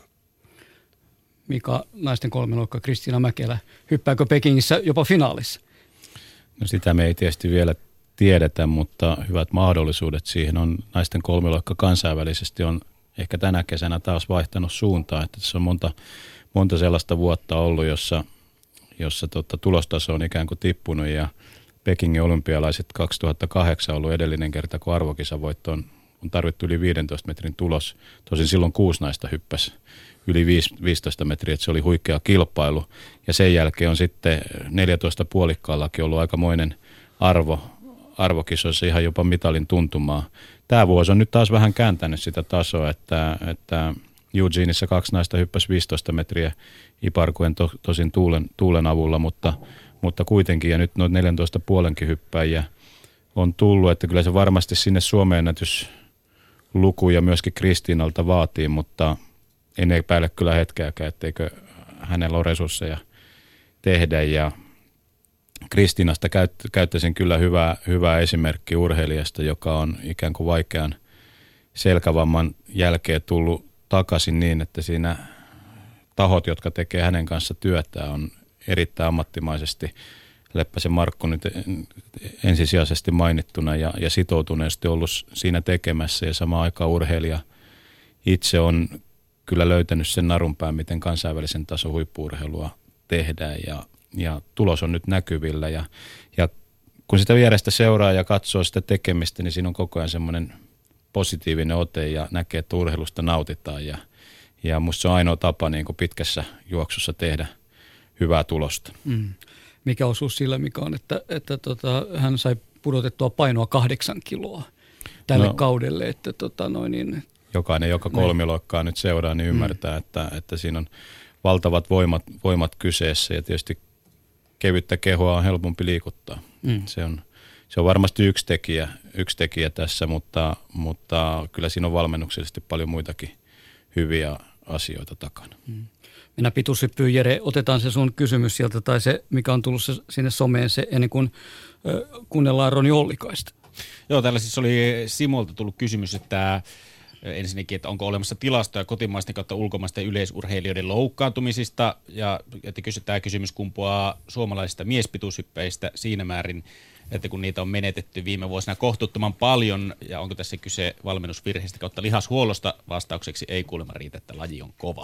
C: Mika, naisten kolmiloikka, Kristiina Mäkelä, hyppääkö Pekingissä jopa finaalissa?
E: No sitä me ei tietysti vielä tiedetä, mutta hyvät mahdollisuudet siihen on. Naisten kolmiloikka kansainvälisesti on ehkä tänä kesänä taas vaihtanut suuntaa, että tässä on monta, monta sellaista vuotta ollut, jossa, jossa tota, tulostaso on ikään kuin tippunut ja Pekingin olympialaiset kaksituhattakahdeksan on ollut edellinen kerta, kun arvokisavoitto on, on tarvittu yli viidentoista metrin tulos. Tosin silloin kuusi naista hyppäsi yli viisitoista metriä, että se oli huikea kilpailu. Ja sen jälkeen on sitten neljätoista puolikkaallakin ollut aikamoinen arvo, arvokisoissa ihan jopa mitalin tuntumaa. Tämä vuosi on nyt taas vähän kääntänyt sitä tasoa, että, että Eugeneissa kaksi naista hyppäsi viisitoista metriä Iparkuen to, tosin tuulen, tuulen avulla, mutta Mutta kuitenkin, ja nyt noin neljäntoista puolenkin hyppäjiä on tullut, että kyllä se varmasti sinne Suomen ennätyslukuja myöskin Kristiinalta vaatii, mutta en epäile kyllä hetkeäkään, etteikö hänellä ole resursseja tehdä. Ja Kristiinasta käyttäisin kyllä hyvää, hyvää esimerkkiä urheilijasta, joka on ikään kuin vaikean selkävamman jälkeen tullut takaisin niin, että siinä tahot, jotka tekee hänen kanssa työtä, on erittäin ammattimaisesti, Leppäsen Markku nyt ensisijaisesti mainittuna ja, ja sitoutuneesti ollut siinä tekemässä ja samaan aikaan urheilija itse on kyllä löytänyt sen narunpään, miten kansainvälisen tason huippu-urheilua tehdään ja, ja tulos on nyt näkyvillä ja, ja kun sitä vierestä seuraa ja katsoo sitä tekemistä, niin siinä on koko ajan semmoinen positiivinen ote ja näkee, että urheilusta nautitaan ja, ja musta se on ainoa tapa niin kuin pitkässä juoksussa tehdä hyvää tulosta. Mm.
C: Mikä osuus sillä, Mika, on, että, että tota, hän sai pudotettua painoa kahdeksan kiloa tälle no, kaudelle, että tota, noin, niin,
E: jokainen, joka kolmiloikkaa nyt seuraa, niin ymmärtää, mm. että, että siinä on valtavat voimat, voimat kyseessä ja tietysti kevyttä kehoa on helpompi liikuttaa. Mm. Se on, se on varmasti yksi tekijä, yksi tekijä tässä, mutta, mutta kyllä siinä on valmennuksellisesti paljon muitakin hyviä asioita takana. Mm.
C: Minä pituushyppyyn, Jere, otetaan se sun kysymys sieltä tai se, mikä on tullut se, sinne someen se ennen kuin ö, kuunnellaan Roni Ollikaista.
A: Joo, täällä siis oli Simolta tullut kysymys, että ensinnäkin, että onko olemassa tilastoja kotimaisten kautta ulkomaisten yleisurheilijoiden loukkaantumisista, ja että tämä kysymys kumpuaa suomalaisista miespituushyppäistä siinä määrin, että kun niitä on menetetty viime vuosina kohtuuttoman paljon, ja onko tässä kyse valmennusvirheistä kautta lihashuollosta, vastaukseksi ei kuulemma riitä, että laji on kova.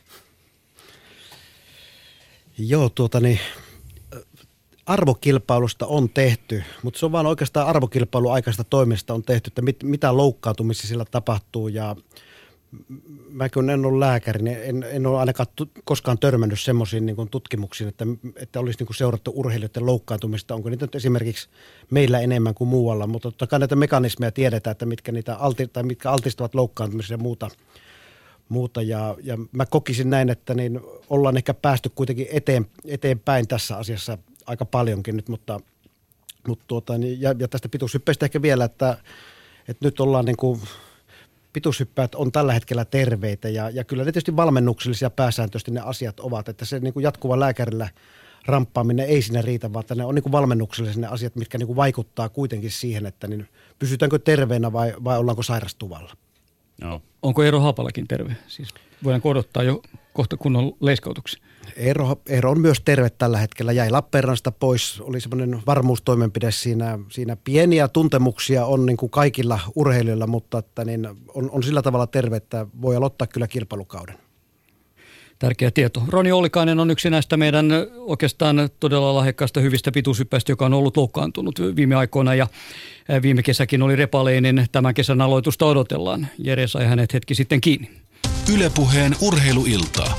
D: Joo, tuota niin, arvokilpailusta on tehty, mutta se on vaan oikeastaan arvokilpailun aikaista toimista on tehty, että mit, mitä loukkaantumisia sillä tapahtuu. Ja mä kun en ole lääkäri, niin en, en ole ainakaan tu, koskaan törmännyt semmoisiin niin kuin tutkimuksiin, että, että olisi niin kuin seurattu urheilijoiden loukkaantumista. Onko niitä nyt esimerkiksi meillä enemmän kuin muualla, mutta totta kai näitä mekanismeja tiedetään, että mitkä, niitä alti, tai mitkä altistavat loukkaantumiseen ja muuta. muuta. Ja, ja mä kokisin näin, että niin ollaan ehkä päästy kuitenkin eteen, eteenpäin tässä asiassa aika paljonkin nyt, mutta, mutta tuota, niin, ja, ja tästä pituushyppäistä ehkä vielä, että, että nyt ollaan niin kuin, pituushyppäät on tällä hetkellä terveitä ja, ja kyllä ne tietysti valmennuksellisia pääsääntöisesti ne asiat ovat, että se niin kuin jatkuva lääkärillä ramppaaminen ei siinä riitä, vaan että ne on niin kuin valmennuksellisia ne asiat, mitkä niin kuin vaikuttaa kuitenkin siihen, että niin pysytäänkö terveenä vai, vai ollaanko sairastuvalla.
A: No.
C: Onko Eero Haapalakin terve? Siis voidaanko odottaa jo kohta kunnon leiskautuksen?
D: Eero, Eero on myös terve tällä hetkellä. Jäi Lappeenrannasta pois. Oli semmoinen varmuustoimenpide siinä. Siinä pieniä tuntemuksia on niin kuin kaikilla urheilijoilla, mutta että niin on, on sillä tavalla terve, että voi aloittaa kyllä kilpailukauden.
C: Tärkeä tieto. Roni Ollikainen on yksi näistä meidän oikeastaan todella lahjakkaista hyvistä pituushyppäistä, joka on ollut loukkaantunut viime aikoina ja viime kesäkin oli repaleinen. Tämän kesän aloitusta odotellaan. Jere sai hänet hetki sitten kiinni.
B: Yle Puheen urheiluiltaa.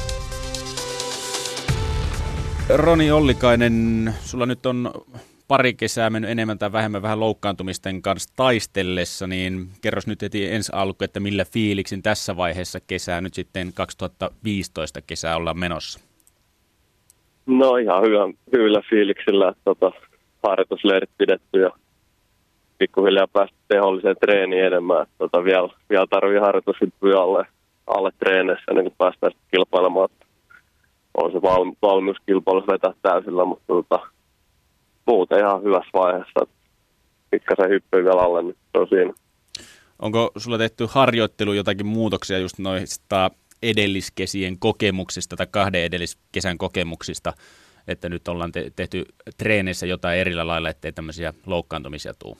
A: Roni Ollikainen, sulla nyt on pari kesää mennyt enemmän tai vähemmän vähän loukkaantumisten kanssa taistellessa, niin kerros nyt heti ensi alku, että millä fiiliksin tässä vaiheessa kesää nyt sitten kaksituhattaviisitoista kesää ollaan menossa?
G: No ihan hyvä, hyvillä fiiliksillä, että tota, harjoitusleirit pidetty ja pikkuhiljaa päästä teholliseen treeniin enemmän. Tota, vielä, vielä tarvii harjoitushyppyjä alle, alle treeneissä ennen kuin päästään kilpailemaan. On se val, valmiuskilpailu vetää täysillä, mutta tota, muuten ihan hyvässä vaiheessa. Pikkasen hyppyy vielä alle, niin se on siinä.
A: Onko sulla tehty harjoittelu jotakin muutoksia just noista edelliskesien kokemuksista tai kahden edelliskesän kokemuksista, että nyt ollaan te- tehty treeneissä jotain erillä lailla, ettei tämmöisiä loukkaantumisia tule?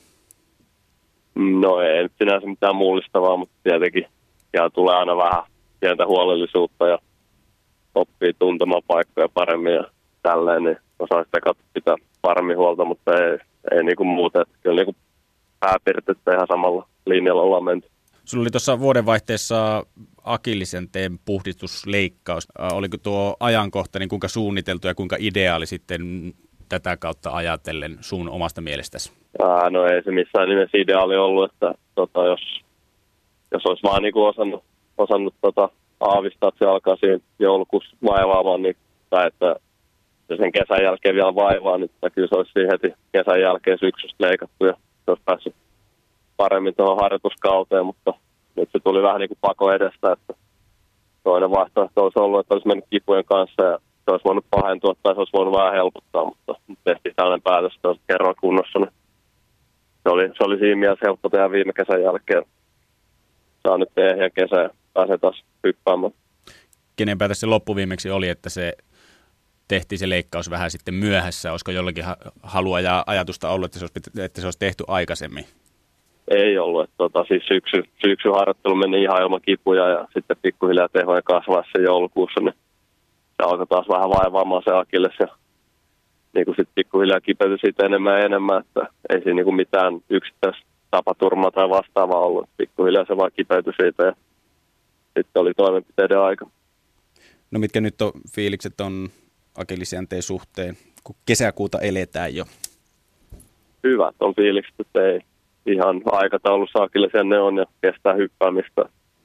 G: No ei nyt sinänsä mitään mullistavaa, mutta tietenkin siellä tulee aina vähän pientä huolellisuutta ja oppii tuntemaan paikkoja paremmin ja tälleen, niin osaa sitä kautta pitää paremmin huolta, mutta ei, ei niinku muuta. Että kyllä niinku pääpiirteistä ihan samalla linjalla ollaan menty.
A: Sulla oli tuossa vuodenvaihteessa akillisenteen puhdistusleikkaus. Oliko tuo ajankohta niin kuinka suunniteltu ja kuinka ideaali sitten tätä kautta ajatellen sun omasta mielestäsi?
G: Ää, no ei se missään nimessä ideaali ollut, että tota, jos, jos olisi vaan niinku osannut, osannut tota, aavistaa, että se alkaa siinä joulukuussa vaivaamaan, niin, tai että se sen kesän jälkeen vielä vaivaa, niin kyllä se olisi siinä heti kesän jälkeen syksystä leikattu ja se olisi päässyt paremmin tuohon harjoituskauteen, mutta nyt se tuli vähän niin kuin pako edestä, että toinen vaihtoehto olisi ollut, että olisi mennyt kipujen kanssa ja se olisi voinut pahentua tai se olisi voinut vähän helpottaa, mutta tehtiin tällainen päätös, että olisi kerran kunnossa, niin se oli, se oli siinä mielessä helppo tehdä viime kesän jälkeen. Saa nyt ehjän kesä ja pääsee taas hyppäämään.
A: Kenen päätös se loppuviimeksi oli, että se tehtiin se leikkaus vähän sitten myöhässä? Olisiko jollakin halua ja ajatusta ollut, että se olisi, että se olisi tehty aikaisemmin?
G: Ei ollut. Että, tota, siis syksy, syksyharjoittelu meni ihan ilman kipuja ja sitten pikkuhiljaa tehoja kasvaessa joulukuussa, niin se alkoi taas vähän vaivaamaan se akilles ja niin kuin sitten pikkuhiljaa kipeytyi siitä enemmän ja enemmän, että ei siinä niin kuin mitään yksittäistä tapaturmaa tai vastaavaa ollut. Pikkuhiljaa se vaan kipeytyi siitä ja sitten oli toimenpiteiden aika.
A: No mitkä nyt on fiilikset on akillisjänteen suhteen, kun kesäkuuta eletään jo?
G: Hyvät on fiilikset, että ei ihan aikataulussa akillisjänne on ja kestää hyppäämistä.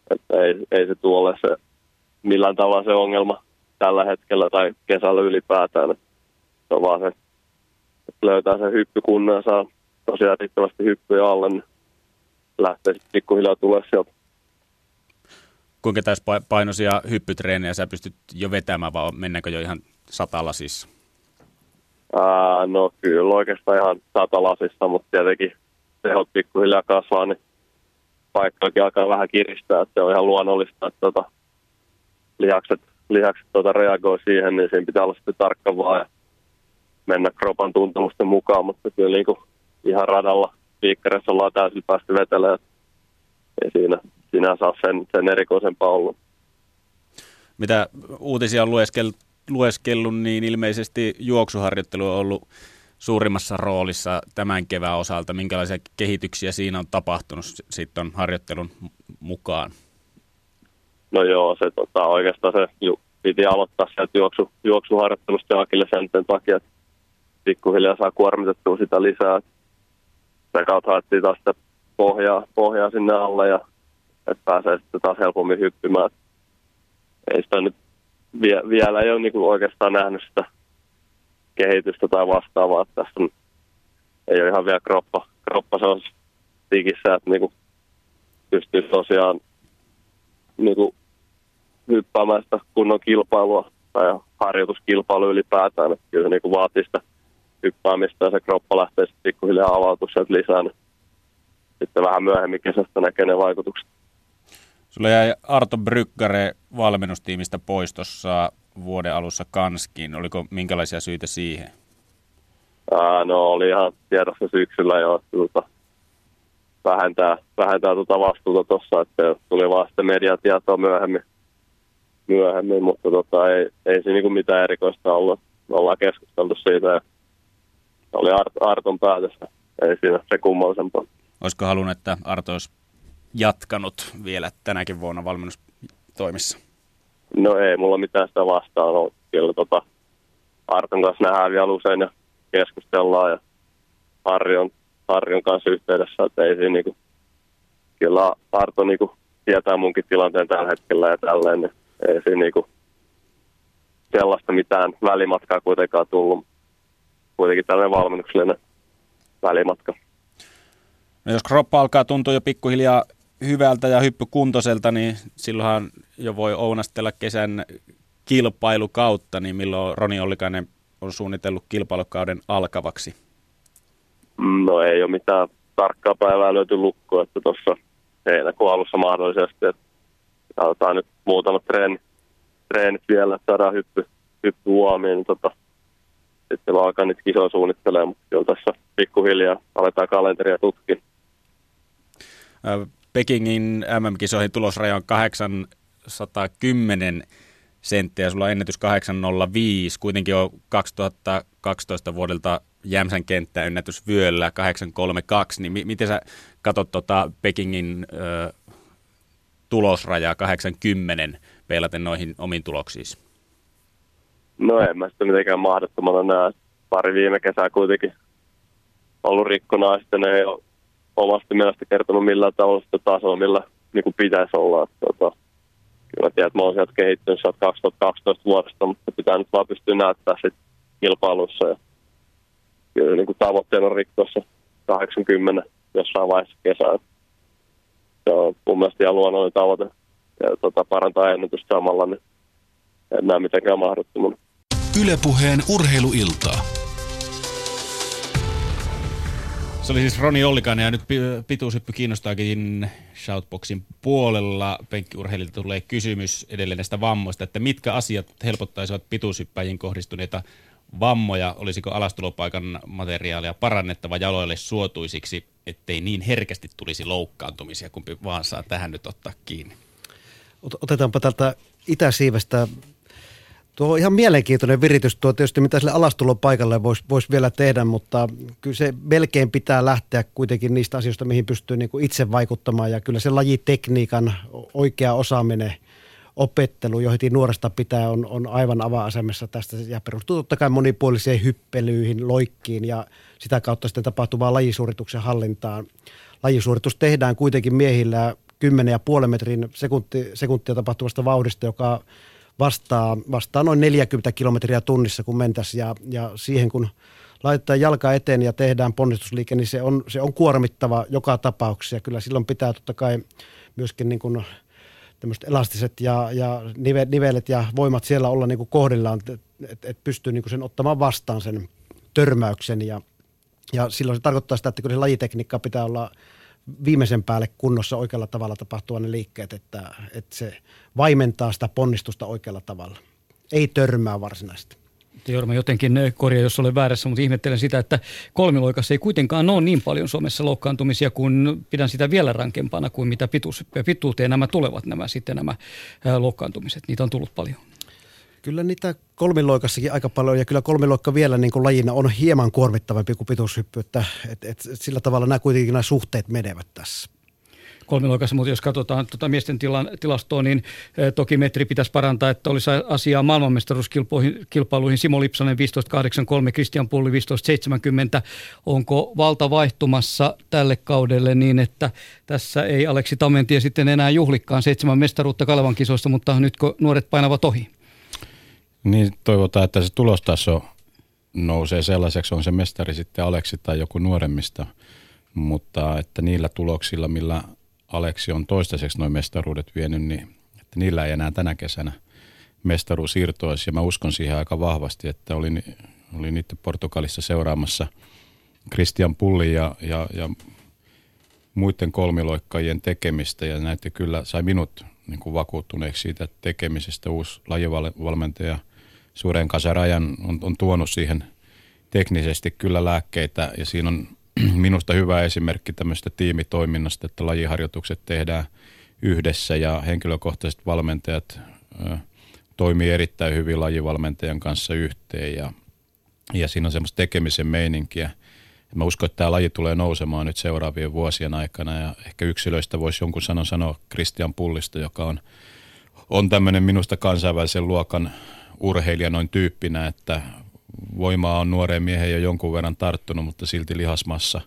G: Että ei, ei se tule ole se millään tavalla se ongelma tällä hetkellä tai kesällä ylipäätään. Että se on vaan se, että löytää sen hyppykunnan ja saa tosiaan riittävästi hyppyjä alle, niin lähtee sitten pikkuhiljaa tulee sieltä.
A: Kuinka täyspainoisia hyppytreenejä sä pystyt jo vetämään, vai mennäänkö jo ihan satalasissa?
G: Ää, no kyllä oikeastaan ihan satalasissa, mutta tietenkin tehot pikkuhiljaa kasvaa, niin paikkoikin alkaa vähän kiristää. Että se on ihan luonnollista, että tota, lihakset, lihakset tota reagoi siihen, niin siinä pitää olla sitten tarkka vaan ja mennä kropan tuntemusten mukaan, mutta kyllä niin kuin ihan radalla viikkareissa ollaan täysin päästy vetelemään. Ei siinä, siinä saa sen, sen erikoisempaa ollut.
A: Mitä uutisia on lueskellut, lueskellut, niin ilmeisesti juoksuharjoittelu on ollut suurimmassa roolissa tämän kevään osalta. Minkälaisia kehityksiä siinä on tapahtunut sitten harjoittelun mukaan?
G: No joo, se tota, oikeastaan se ju, piti aloittaa sieltä juoksu, juoksuharjoittelusta akillesjänteen takia, että pikkuhiljaa saa kuormitettua sitä lisää. Sitä kautta haettiin taas sitä pohjaa, pohjaa sinne alle ja että pääsee sitten taas helpommin hyppymään. Ei sitä nyt vie, vielä ei ole niin kuin oikeastaan nähnyt sitä kehitystä tai vastaavaa. Tässä on, ei ole ihan vielä kroppa, kroppa se on tikissä, että niin kuin pystyy tosiaan niin kuin hyppäämään sitä kunnon kilpailua tai harjoituskilpailua ylipäätään. Että kyllä se niin kuin vaatii sitä hyppäämistä ja se kroppa lähtee sitten pikkuhiljaa avautua sieltä lisää. Niin sitten vähän myöhemmin kesästä näkee ne vaikutukset.
A: Sulla jäi Arto Bryggare valmennustiimistä pois tuossa vuoden alussa Kanskiin. Oliko minkälaisia syitä siihen?
G: Ää, no oli ihan tiedossa syksyllä jo, että tuota, vähentää, vähentää tuota vastuuta tuossa, että tuli vaan sitten mediatietoa myöhemmin, myöhemmin mutta tota, ei, ei siinä niinku mitään erikoista ollut. Me ollaan keskusteltu siitä ja oli Art, Arton päätös, ei siinä se kummallisempaa.
A: Olisiko halunnut, että Arto olisi jatkanut vielä tänäkin vuonna valmennustoimissa?
G: No ei mulla mitään sitä vastaan ole. Kyllä tota, Arton kanssa nähdään vielä usein ja keskustellaan ja Harri on, Harri on kanssa yhteydessä, että ei siinä niinku, kyllä Arto niinku tietää munkin tilanteen tällä hetkellä ja tälleen, niin ei siinä niinku sellaista mitään välimatkaa kuitenkaan tullut. Kuitenkin tällainen valmennuksellinen välimatka.
A: No jos kroppa alkaa tuntua jo pikkuhiljaa hyvältä ja hyppykuntoiselta, niin silloinhan jo voi ounastella kesän kilpailukautta, niin milloin Roni Ollikainen on suunnitellut kilpailukauden alkavaksi?
G: No ei ole mitään tarkkaa päivää löyty lukkoa, että tuossa heinäkuun alussa mahdollisesti, että aloitetaan nyt muutamat treenit, treenit vielä, että saadaan hyppy, hyppy huomioon, niin tota, sitten vaan alkaa niitä kisoja suunnittelemaan, mutta kyllä tässä pikkuhiljaa aletaan kalenteria tutkia.
A: Pekingin M M-kisoihin tulosraja on kahdeksansataakymmenen senttiä, sulla on ennätys kahdeksan nolla viisi, kuitenkin on kaksituhattakaksitoista vuodelta Jämsän kenttä ennätys vyöllä kahdeksan kolme kaksi, niin mi- miten sä katsot tota Pekingin ö, tulosrajaa kahdeksankymmentä peilaten noihin omiin tuloksiin?
G: No en mä sitä mitenkään mahdottomana näe. Pari viime kesää kuitenkin ollut rikkona ja sitten ei ole omasta mielestä kertonut millään tavalla sitä tasoa, millä niin kuin pitäisi olla. Tota, kyllä mä tiedän, että mä oon sieltä kehittynyt sieltä kaksituhattakaksitoista vuodesta, mutta pitää nyt vaan pystyä näyttää sitten kilpailussa. Ja kyllä niin kuin tavoitteena on rikkoa se kahdeksankymmentä jossain vaiheessa kesää. Se on mun mielestä ihan luonnollinen tavoite. Ja tota, parantaa ennätystä samalla, niin en näe mitenkään mahdottomana.
B: Yle Puheen urheiluiltaa.
A: Se oli siis Roni Ollikainen ja nyt pituushyppy kiinnostaakin Shoutboxin puolella. Penkkiurheilijalta tulee kysymys edelleen näistä vammoista, että mitkä asiat helpottaisivat pituushyppäjiin kohdistuneita vammoja? Olisiko alastulopaikan materiaalia parannettava jaloille suotuisiksi, ettei niin herkästi tulisi loukkaantumisia, kumpi vaan saa tähän nyt ottaa kiinni?
D: Otetaanpa tältä itäsiivestä. Tuo on ihan mielenkiintoinen viritys tuo tietysti, mitä sille alastulopaikalle voisi vois vielä tehdä, mutta kyllä se melkein pitää lähteä kuitenkin niistä asioista, mihin pystyy niin kuin itse vaikuttamaan. Ja kyllä se lajitekniikan oikea osaaminen, opettelu, jo heti nuoresta pitää, on, on aivan avainasemassa tästä. Ja perustuu totta kai monipuolisiin hyppelyihin, loikkiin ja sitä kautta sitten tapahtuvaan lajisuorituksen hallintaan. Lajisuoritus tehdään kuitenkin miehillä kymmenen ja puolen metrin sekunti, sekuntia tapahtuvasta vauhdista, joka vastaa, vastaa noin neljäkymmentä kilometriä tunnissa, kun mentäisiin. Ja, ja siihen, kun laitetaan jalka eteen ja tehdään ponnistusliike, niin se on, se on kuormittava joka tapauksessa. Kyllä silloin pitää totta kai myöskin niin kuin tämmöiset elastiset ja, ja nive, nivelet ja voimat siellä olla niin kuin kohdillaan, että et pystyy niin kuin sen ottamaan vastaan sen törmäyksen. Ja, ja silloin se tarkoittaa sitä, että kyllä se lajitekniikka pitää olla viimeisen päälle kunnossa oikealla tavalla tapahtua ne liikkeet, että, että se vaimentaa sitä ponnistusta oikealla tavalla. Ei törmää varsinaisesti.
C: Jorma jotenkin korjaa, jos olen väärässä, mutta ihmettelen sitä, että kolmiloikassa ei kuitenkaan ole niin paljon Suomessa loukkaantumisia, kun pidän sitä vielä rankempana kuin mitä pituus, pituuteen nämä tulevat nämä sitten nämä loukkaantumiset. Niitä on tullut paljon.
D: Kyllä niitä kolmiloikassakin aika paljon, ja kyllä kolmiloikka vielä niin kuin lajina on hieman kuormittavampi kuin pituushyppy, että et, et, sillä tavalla nämä kuitenkin nämä suhteet menevät tässä.
C: Kolmiloikassa, mutta jos katsotaan tuota miesten tilan, tilastoa, niin eh, toki metri pitäisi parantaa, että olisi asiaa maailmanmestaruuskilpailuihin. Simo Lipsanen viisitoista kahdeksankymmentäkolme, Christian Pulli viisitoista seitsemänkymmentä. Onko valta vaihtumassa tälle kaudelle niin, että tässä ei Aleksi Tammentie sitten enää juhlikkaan seitsemän mestaruutta Kalevan kisoista, mutta nyt kun nuoret painavat ohi?
E: Niin toivotaan, että se tulostaso nousee sellaiseksi, on se mestari sitten Aleksi tai joku nuoremmista, mutta että niillä tuloksilla, millä Aleksi on toistaiseksi noin mestaruudet vienyt, niin että niillä ei enää tänä kesänä mestaruus irtoisi. Ja mä uskon siihen aika vahvasti, että olin, olin itse Portugalissa seuraamassa Christian Pullin ja, ja, ja muiden kolmiloikkajien tekemistä, ja näytti kyllä, sai minut niin kuin vakuuttuneeksi siitä tekemisestä. Uusi lajivalmentaja Suren Kasarajan on, on tuonut siihen teknisesti kyllä lääkkeitä, ja siinä on minusta hyvä esimerkki tämmöistä tiimitoiminnasta, että lajiharjoitukset tehdään yhdessä ja henkilökohtaiset valmentajat ö, toimii erittäin hyvin lajivalmentajan kanssa yhteen ja, ja siinä on semmoista tekemisen meininkiä. Ja mä uskon, että tämä laji tulee nousemaan nyt seuraavien vuosien aikana ja ehkä yksilöistä voisi jonkun sanon sanoa Christian Pullista, joka on, on tämmöinen minusta kansainvälisen luokan urheilija noin tyyppinä, että voimaa on nuoreen miehen jo jonkun verran tarttunut, mutta silti lihasmassa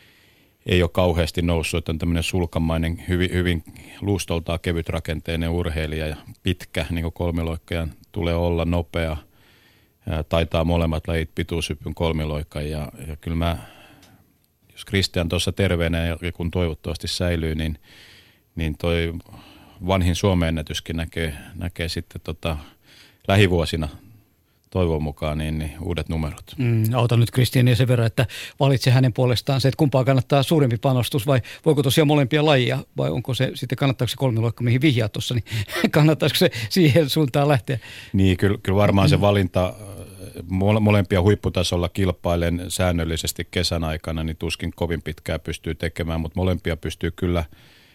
E: ei ole kauheasti noussut, että on tämmöinen sulkamainen, hyvin, hyvin luustoltaan kevytrakenteinen urheilija ja pitkä, niin kuin kolmiloikkajan tulee olla, nopea. Ja taitaa molemmat lajit pituushyppyn kolmiloikka ja, ja kyllä mä, jos Christian tuossa terveenä ja kun toivottavasti säilyy, niin, niin toi vanhin Suomen ennätyskin näkee, näkee sitten tota lähivuosina toivon mukaan niin, niin uudet numerot.
C: Mm, auta nyt Kristiania sen verran, että valitse hänen puolestaan se, että kumpaa kannattaa suurempi panostus vai voiko tosiaan molempia lajia vai onko se sitten kannattaako se kolmiloikka, mihin vihjaa tuossa, niin kannattaisiko se siihen suuntaan lähteä?
E: Niin, kyllä, kyllä varmaan se valinta molempia huipputasolla kilpailen säännöllisesti kesän aikana, niin tuskin kovin pitkään pystyy tekemään, mutta molempia pystyy kyllä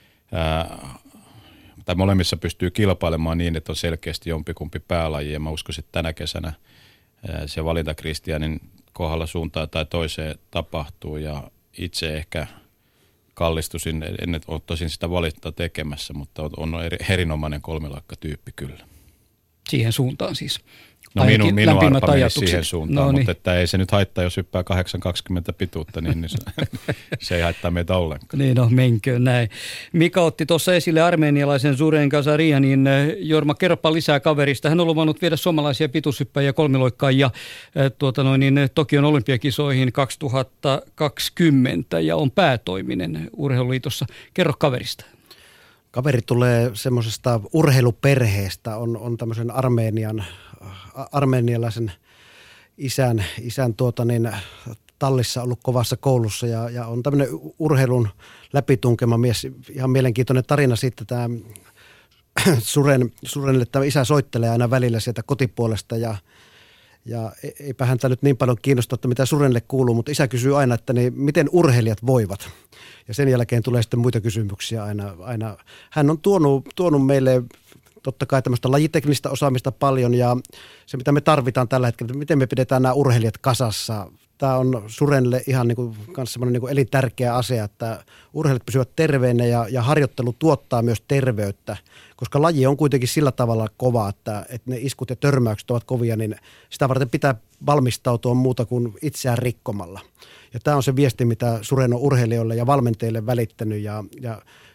E: ää, tai molemmissa pystyy kilpailemaan niin, että on selkeästi jompikumpi päälaji, ja mä uskoisin, että tänä kesänä se valinta Kristianin kohdalla suuntaan tai toiseen tapahtuu, ja itse ehkä kallistusin, en ole tosin sitä valintaa tekemässä, mutta on erinomainen kolmiloikkatyyppi kyllä.
C: Siihen suuntaan siis.
E: No minun, minun arpa meni siihen suuntaan,
C: no niin.
E: Mutta että ei se nyt haittaa, jos hyppää kahdeksan kaksikymmentä pituutta, niin, niin se, se ei haittaa meitä ollenkaan.
C: Niin no, menkö näin. Mika otti tuossa esille armenialaisen Suren Kasarianin. Jorma, kerropa lisää kaverista. Hän on luvannut viedä suomalaisia pituushyppäjiä ja kolmiloikkaajia tuota noin, niin Tokion olympiakisoihin kaksituhattakaksikymmentä ja on päätoiminen Urheiluliitossa. Kerro kaverista.
D: Kaveri tulee semmoisesta urheiluperheestä, on, on tämmöisen Armenian, armenialaisen isän, isän tuota niin, tallissa ollut kovassa koulussa ja, ja on tämmöinen urheilun läpitunkema mies. Ihan mielenkiintoinen tarina sitten tämä Suren, Surenille tämä isä soittelee aina välillä sieltä kotipuolesta ja Ja eipä häntä nyt niin paljon kiinnostaa, että mitä Surenille kuuluu, mutta isä kysyy aina, että niin, miten urheilijat voivat. Ja sen jälkeen tulee sitten muita kysymyksiä aina. aina. Hän on tuonut, tuonut meille totta kai tämmöistä lajiteknistä osaamista paljon ja se, mitä me tarvitaan tällä hetkellä, miten me pidetään nämä urheilijat kasassa. Tämä on Surenille ihan niin kuin, myös semmoinen niin kuin elintärkeä asia, että urheilijat pysyvät terveinä ja, ja harjoittelu tuottaa myös terveyttä, koska laji on kuitenkin sillä tavalla kova, että, että ne iskut ja törmäykset ovat kovia, niin sitä varten pitää valmistautua muuta kuin itseään rikkomalla. Ja tämä on se viesti, mitä Suren on urheilijoille ja valmentajille välittänyt ja, ja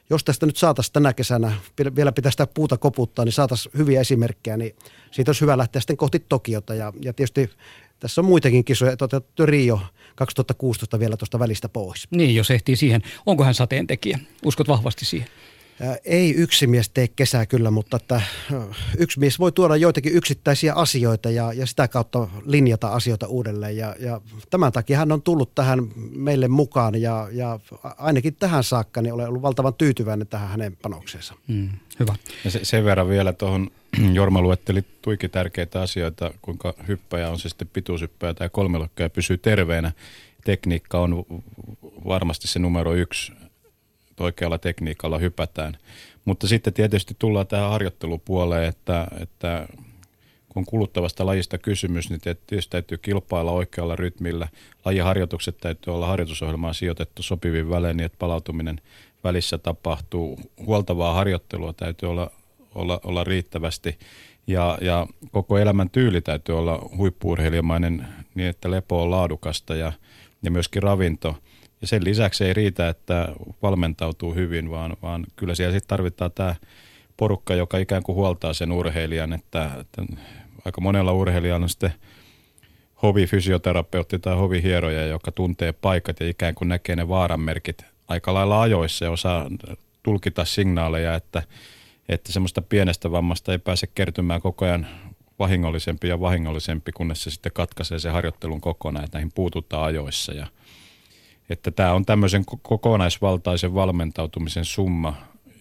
D: jos tästä nyt saataisiin tänä kesänä, vielä pitää sitä puuta koputtaa, niin saataisiin hyviä esimerkkejä, niin siitä olisi hyvä lähteä sitten kohti Tokiota. Ja, ja tietysti tässä on muitakin kisoja, toteutettu Rio kaksituhattakuusitoista vielä tuosta välistä pois.
C: Niin, jos ehtii siihen. Onko hän sateentekijä? Uskot vahvasti siihen?
D: Ei yksi mies tee kesää kyllä, mutta että yksi mies voi tuoda joitakin yksittäisiä asioita ja, ja sitä kautta linjata asioita uudelleen. Ja, ja tämän takia hän on tullut tähän meille mukaan ja, ja ainakin tähän saakka niin olen ollut valtavan tyytyväinen tähän hänen panokseensa.
C: Mm, hyvä.
E: Ja se, sen verran vielä tuohon, Jorma luetteli tuikin tärkeitä asioita, kuinka hyppäjä on se sitten pituushyppäjä tai kolmelokkäjä pysyy terveenä. Tekniikka on varmasti se numero yksi. Oikealla tekniikalla hypätään. Mutta sitten tietysti tullaan tähän harjoittelupuoleen, että, että kun kuluttavasta lajista kysymys, niin tietysti täytyy kilpailla oikealla rytmillä. Lajiharjoitukset täytyy olla harjoitusohjelmaan sijoitettu sopivin välein, niin että palautuminen välissä tapahtuu. Huoltavaa harjoittelua täytyy olla, olla, olla riittävästi ja, ja koko elämän tyyli täytyy olla huippu-urheilijamainen niin, että lepo on laadukasta ja, ja myöskin ravinto. Ja sen lisäksi ei riitä, että valmentautuu hyvin, vaan, vaan kyllä siellä sitten tarvitaan tämä porukka, joka ikään kuin huoltaa sen urheilijan, että, että aika monella urheilijalla on sitten hovifysioterapeutti tai hovihieroja, joka tuntee paikat ja ikään kuin näkee ne vaaranmerkit aika lailla ajoissa ja osaa tulkita signaaleja, että, että semmoista pienestä vammasta ei pääse kertymään koko ajan vahingollisempi ja vahingollisempi, kunnes se sitten katkaisee sen harjoittelun kokonaan, että näihin puututaan ajoissa ja että tämä on tämmöisen kokonaisvaltaisen valmentautumisen summa,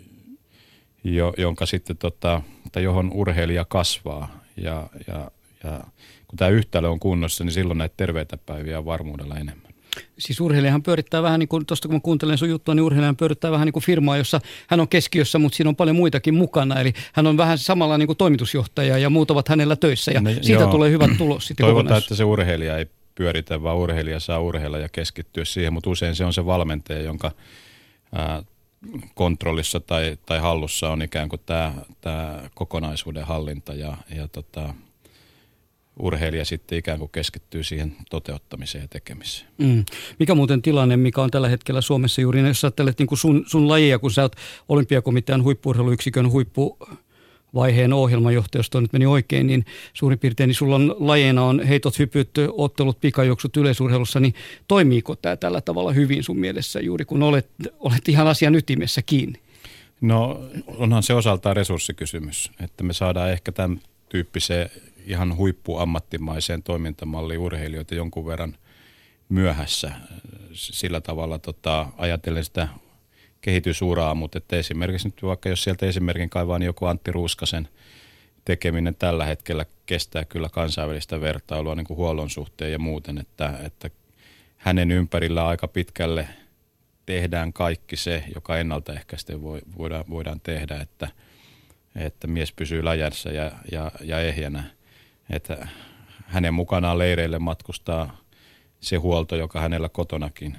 E: jo, jonka sitten tota, tai johon urheilija kasvaa. Ja, ja, ja kun tämä yhtälö on kunnossa, niin silloin näitä terveitä päiviä on varmuudella enemmän.
C: Siis urheilijahan pyörittää vähän niin kuin, tuosta kun mä kuuntelen sun juttua, niin urheilijahan pyörittää vähän niin kuin firmaa, jossa hän on keskiössä, mutta siinä on paljon muitakin mukana. Eli hän on vähän samalla niin kuin toimitusjohtaja ja muut ovat hänellä töissä ja no, siitä joo. tulee hyvä tulos sitten
E: toivotaan, että se urheilija ei pyöritä, vaan urheilija saa urheilla ja keskittyä siihen, mutta usein se on se valmentaja, jonka ää, kontrollissa tai, tai hallussa on ikään kuin tämä, tämä kokonaisuuden hallinta ja, ja tota, urheilija sitten ikään kuin keskittyy siihen toteuttamiseen ja tekemiseen.
C: Mm. Mikä muuten tilanne, mikä on tällä hetkellä Suomessa juuri, jos sä ajattelet niin kuin sun, sun lajia, kun sä oot Olympiakomitean huippu-urheiluyksikön huippu vaiheen ohjelmanjohtaja, jos toi nyt meni oikein, niin suurin piirtein niin sulla on lajeina on heitot, hypyt, ottelut, pikajuoksut yleisurheilussa, niin toimiiko tämä tällä tavalla hyvin sun mielessä juuri kun olet, olet ihan asian ytimessä kiinni?
E: No onhan se osaltaan resurssikysymys, että me saadaan ehkä tämän tyyppiseen ihan huippuammattimaiseen toimintamalliin urheilijoita jonkun verran myöhässä sillä tavalla tota, ajatellen sitä kehitysuraa, mutta että esimerkiksi nyt vaikka jos sieltä esimerkin kaivaa, niin joku Antti Ruuskasen tekeminen tällä hetkellä kestää kyllä kansainvälistä vertailua niin kuin huollon suhteen ja muuten, että, että hänen ympärillä aika pitkälle tehdään kaikki se, joka ennaltaehkäisesti voi, voidaan, voidaan tehdä, että, että mies pysyy läjässä ja, ja, ja ehjänä, että hänen mukanaan leireille matkustaa se huolto, joka hänellä kotonakin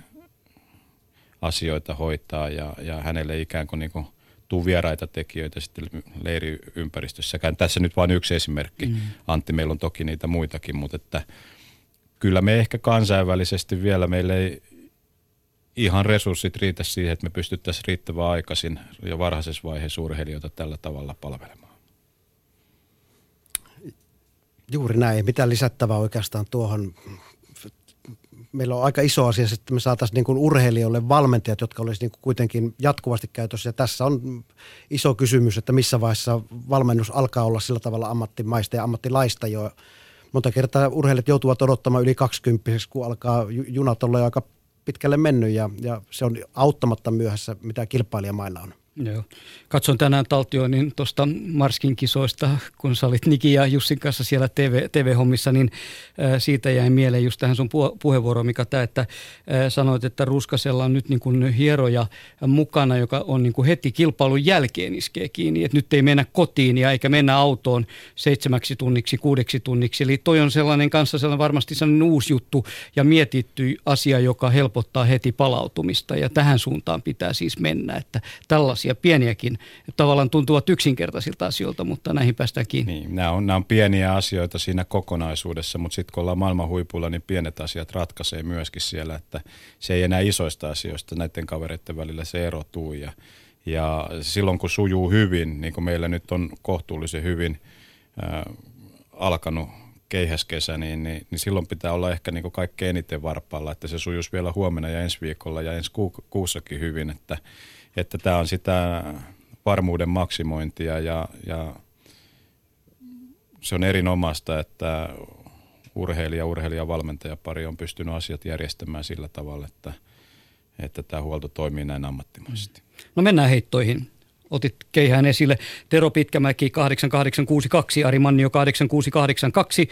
E: asioita hoitaa ja, ja hänelle ikään kuin, niin kuin tuu vieraita tekijöitä sitten leiriympäristössäkään. Tässä nyt vain yksi esimerkki. Mm. Antti, meillä on toki niitä muitakin, mutta että kyllä me ehkä kansainvälisesti vielä meillä ei ihan resurssit riitä siihen, että me pystyttäisiin riittävän aikaisin ja varhaisessa vaiheessa urheilijoita tällä tavalla palvelemaan.
D: Juuri näin. Mitä lisättävää oikeastaan tuohon? Meillä on aika iso asia, että me saataisiin niin kuin urheilijoille valmentajat, jotka olisivat niin kuin kuitenkin jatkuvasti käytössä. Ja tässä on iso kysymys, että missä vaiheessa valmennus alkaa olla sillä tavalla ammattimaista ja ammattilaista jo. Monta kertaa urheilijat joutuvat odottamaan yli kaksikymppiseksi, kun alkaa junat olla jo aika pitkälle mennyt ja, ja se on auttamatta myöhässä, mitä kilpailijamailla on.
C: Joo. Katson tänään taltioinnin tuosta Marskin kisoista, kun sä olit Niki ja Jussin kanssa siellä T V, T V-hommissa, niin ää, siitä jäi mieleen just tähän sun puheenvuoroon, mikä tämä, että ää, sanoit, että Ruskasella on nyt niin kuin hieroja mukana, joka on niin kuin heti kilpailun jälkeen iskee kiinni, että nyt ei mennä kotiin ja eikä mennä autoon seitsemäksi tunniksi, kuudeksi tunniksi. Eli toi on sellainen kanssa sellainen varmasti sellainen uusi juttu ja mietitty asia, joka helpottaa heti palautumista ja tähän suuntaan pitää siis mennä, että tällaisia ja pieniäkin, tavallaan tuntuvat yksinkertaisilta asioilta, mutta näihin päästään kiinni.
E: Niin, nämä, on, nämä on pieniä asioita siinä kokonaisuudessa, mutta sitten kun ollaan maailman huipulla, niin pienet asiat ratkaisee myöskin siellä, että se ei enää isoista asioista näiden kavereiden välillä se erotuu ja, Ja silloin kun sujuu hyvin, niin kuin meillä nyt on kohtuullisen hyvin ää, alkanut keihäskesä, niin, niin, niin silloin pitää olla ehkä niin kuin kaikkein eniten varpaalla, että se sujuisi vielä huomenna ja ensi viikolla ja ensi ku, kuussakin hyvin, että, että tämä on sitä varmuuden maksimointia ja, ja se on erinomaista, että urheilija, urheilija, valmentajapari on pystynyt asiat järjestämään sillä tavalla, että, että tämä huolto toimii näin ammattimaisesti.
C: No mennään heittoihin. Otit keihään esille. Tero Pitkämäki kahdeksan kahdeksan kuusi kaksi, Ari Mannio kahdeksan kuusi kahdeksan kaksi,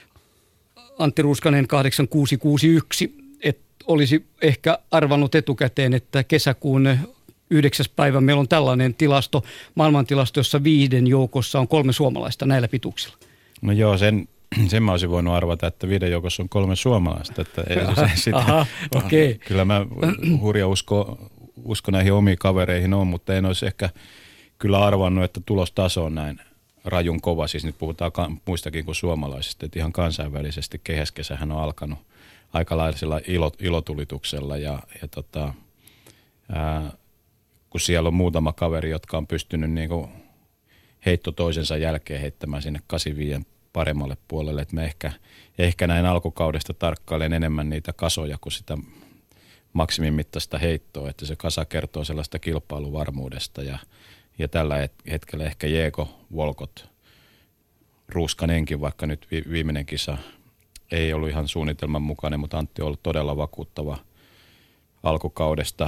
C: Antti Ruuskanen kahdeksan kuusi kuusi yksi. Et olisi ehkä arvannut etukäteen, että kesäkuun yhdeksäs päivä meillä on tällainen tilasto, maailmantilasto, jossa viiden joukossa on kolme suomalaista näillä pituuksilla.
E: No joo, sen, sen mä olisin voinut arvata, että viiden joukossa on kolme suomalaista. Että ei se sitä,
C: Aha, okei. Okay.
E: Kyllä mä hurja usko, usko näihin omiin kavereihin on, mutta en olisi ehkä kyllä arvannut, että tulostaso on näin rajun kova. Siis nyt puhutaan muistakin kuin suomalaisista, että ihan kansainvälisesti keihäskesähän on alkanut aikalaisella ilot, ilotulituksella ja, ja tota, ää, kun siellä on muutama kaveri, jotka on pystynyt niin kuin heitto toisensa jälkeen heittämään sinne kahdeksankymmentäviisi paremmalle puolelle, että me ehkä, ehkä näin alkukaudesta tarkkailen enemmän niitä kasoja kuin sitä maksimin mittaista heittoa, että se kasa kertoo sellaista kilpailuvarmuudesta ja, ja tällä hetkellä ehkä Jeeko, Volkot, Ruuskanenkin, vaikka nyt viimeinen kisa ei ollut ihan suunnitelman mukainen, mutta Antti on ollut todella vakuuttava alkukaudesta.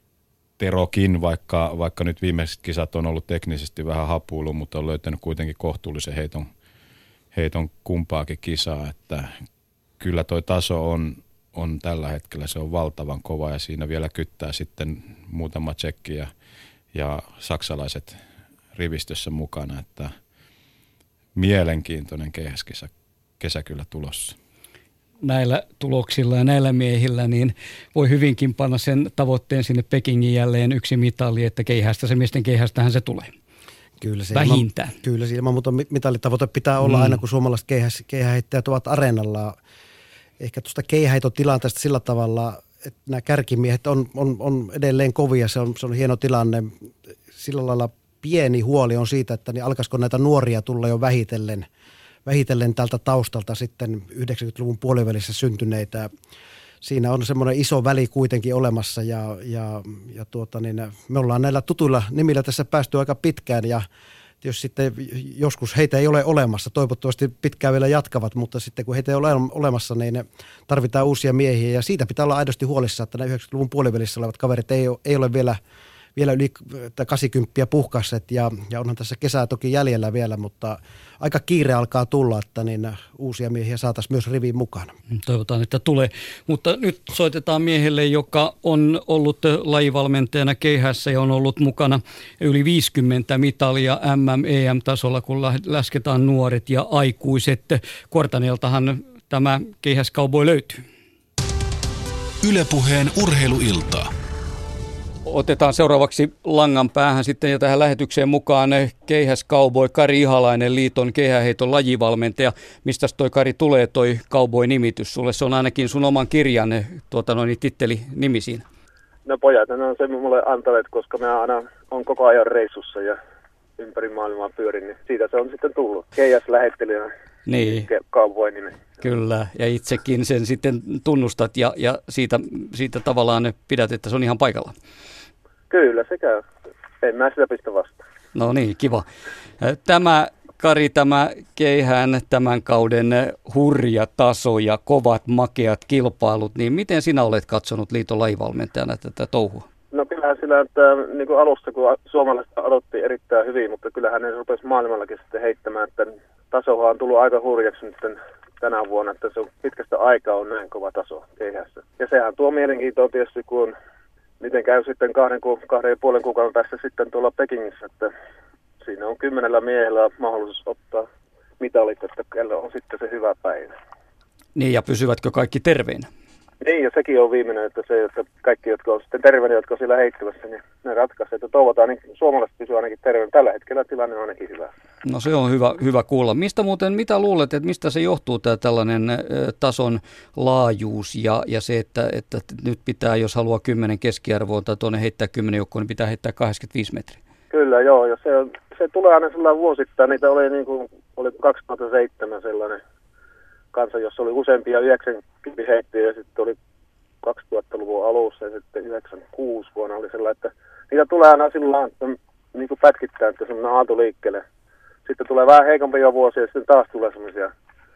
E: Terokin, vaikka, vaikka nyt viimeiset kisat on ollut teknisesti vähän hapuilu, mutta on löytänyt kuitenkin kohtuullisen heiton, heiton kumpaakin kisaa, että kyllä toi taso on, on tällä hetkellä, se on valtavan kova ja siinä vielä kyttää sitten muutama tsekki ja, ja saksalaiset rivistössä mukana, että mielenkiintoinen keihäskesä kesä kyllä tulossa.
C: Näillä tuloksilla ja näillä miehillä, niin voi hyvinkin panna sen tavoitteen sinne Pekingin jälleen yksi mitali, että keihästä, se miesten keihästähän se tulee.
D: Kyllä se
C: vähintään.
D: Ilman, kyllä se ilman muuta mitalitavoite pitää olla mm. aina, kun suomalaiset keihäs, keihäheittäjät ovat areenalla. Ehkä tuosta keihäheitotilanteesta sillä tavalla, että nämä kärkimiehet on, on, on edelleen kovia, se on, se on hieno tilanne. Sillä lailla pieni huoli on siitä, että niin alkaisiko näitä nuoria tulla jo vähitellen, vähitellen tältä taustalta sitten yhdeksänkymmentäluvun puolivälissä syntyneitä. Siinä on semmoinen iso väli kuitenkin olemassa ja, ja, ja tuota niin, me ollaan näillä tutuilla nimillä tässä päästy aika pitkään ja jos sitten joskus heitä ei ole olemassa, toivottavasti pitkään vielä jatkavat, mutta sitten kun heitä ei ole olemassa, niin tarvitaan uusia miehiä ja siitä pitää olla aidosti huolissa, että nämä yhdeksänkymmentäluvun puolivälissä olevat kaverit ei ole, ei ole vielä vielä yli kahdeksankymmentä puhkasset ja, ja onhan tässä kesää toki jäljellä vielä, mutta aika kiire alkaa tulla, että niin uusia miehiä saataisiin myös riviin mukana. Toivotaan,
C: että tulee. Mutta nyt soitetaan miehelle, joka on ollut lajivalmentajana keihässä ja on ollut mukana yli viisikymmentä mitalia M M E M-tasolla, kun lasketaan nuoret ja aikuiset. Kortaneeltahan tämä keihäskauboi löytyy.
B: Yle Puheen urheiluiltaa.
C: Otetaan seuraavaksi langan päähän sitten ja tähän lähetykseen mukaan keihäskauboi Kari Ihalainen, liiton keihäheiton lajivalmentaja. Mistäs toi Kari tulee toi kauboi-nimitys sulle? Se on ainakin sun oman kirjan tuota noin, titteli nimi siinä.
H: No pojat, ne on sen mulle antaneet, koska mä aina on koko ajan reissussa ja ympäri maailmaa pyörin, niin siitä se on sitten tullut. Keihäslähettelijänä
C: niin.
H: Kauboi nimi.
C: Kyllä, ja itsekin sen sitten tunnustat ja, ja siitä, siitä tavallaan pidät, että se on ihan paikallaan.
H: Kyllä, se käy. En mä sitä pistä vastaan.
C: No niin, kiva. Tämä, Kari, tämä keihään tämän kauden hurja taso ja kovat makeat kilpailut, niin miten sinä olet katsonut liiton lajivalmentajana tätä touhua?
H: No kyllähän sillä, että niin kuin alussa, kun suomalaiset aloitti erittäin hyvin, mutta kyllähän ne rupesi maailmallakin sitten heittämään, että tasoa on tullut aika hurjaksi nyt tänä vuonna, että se on pitkästä aikaa on näin kova taso keihässä. Ja sehän tuo mielenkiintoa tietysti, kun on, miten käy sitten kahden, kahden ja puolen kuukauden päästä sitten tuolla Pekingissä, että siinä on kymmenellä miehellä mahdollisuus ottaa mitalit, että kello on sitten se hyvä päivä.
C: Niin, ja pysyvätkö kaikki terveinä?
H: Niin, ja sekin on viimeinen, että se, että kaikki, jotka on sitten terveenä, jotka on siellä heittämässä, niin ne ratkaisee, että toivotaan, niin suomalaiset pysyy ainakin terveenä. Tällä hetkellä tilanne on ainakin hyvä.
C: No se on hyvä, hyvä kuulla. Mistä muuten, mitä luulet, että mistä se johtuu tämä tällainen tason laajuus ja, ja se, että, että nyt pitää, jos haluaa kymmenen keskiarvoa tai tuonne heittää kymmenen joukkoon, niin pitää heittää kahdeksankymmentäviisi metriä?
H: Kyllä, joo, ja se, se tulee aina sellainen vuosittain. Niitä oli niin kuin, oli kaksituhattaseitsemän sellainen kansa, jossa oli useampia yhdeksänkymmentä heittiä ja sitten oli kaksituhattaluvun alussa ja sitten yhdeksänkymmentäkuusi vuonna oli sellainen, että niitä tulee aina sillä että niin kuin pätkittää, että semmoinen aalto liikkeelle. Sitten tulee vähän heikompia vuosia ja sitten taas tulee semmoisia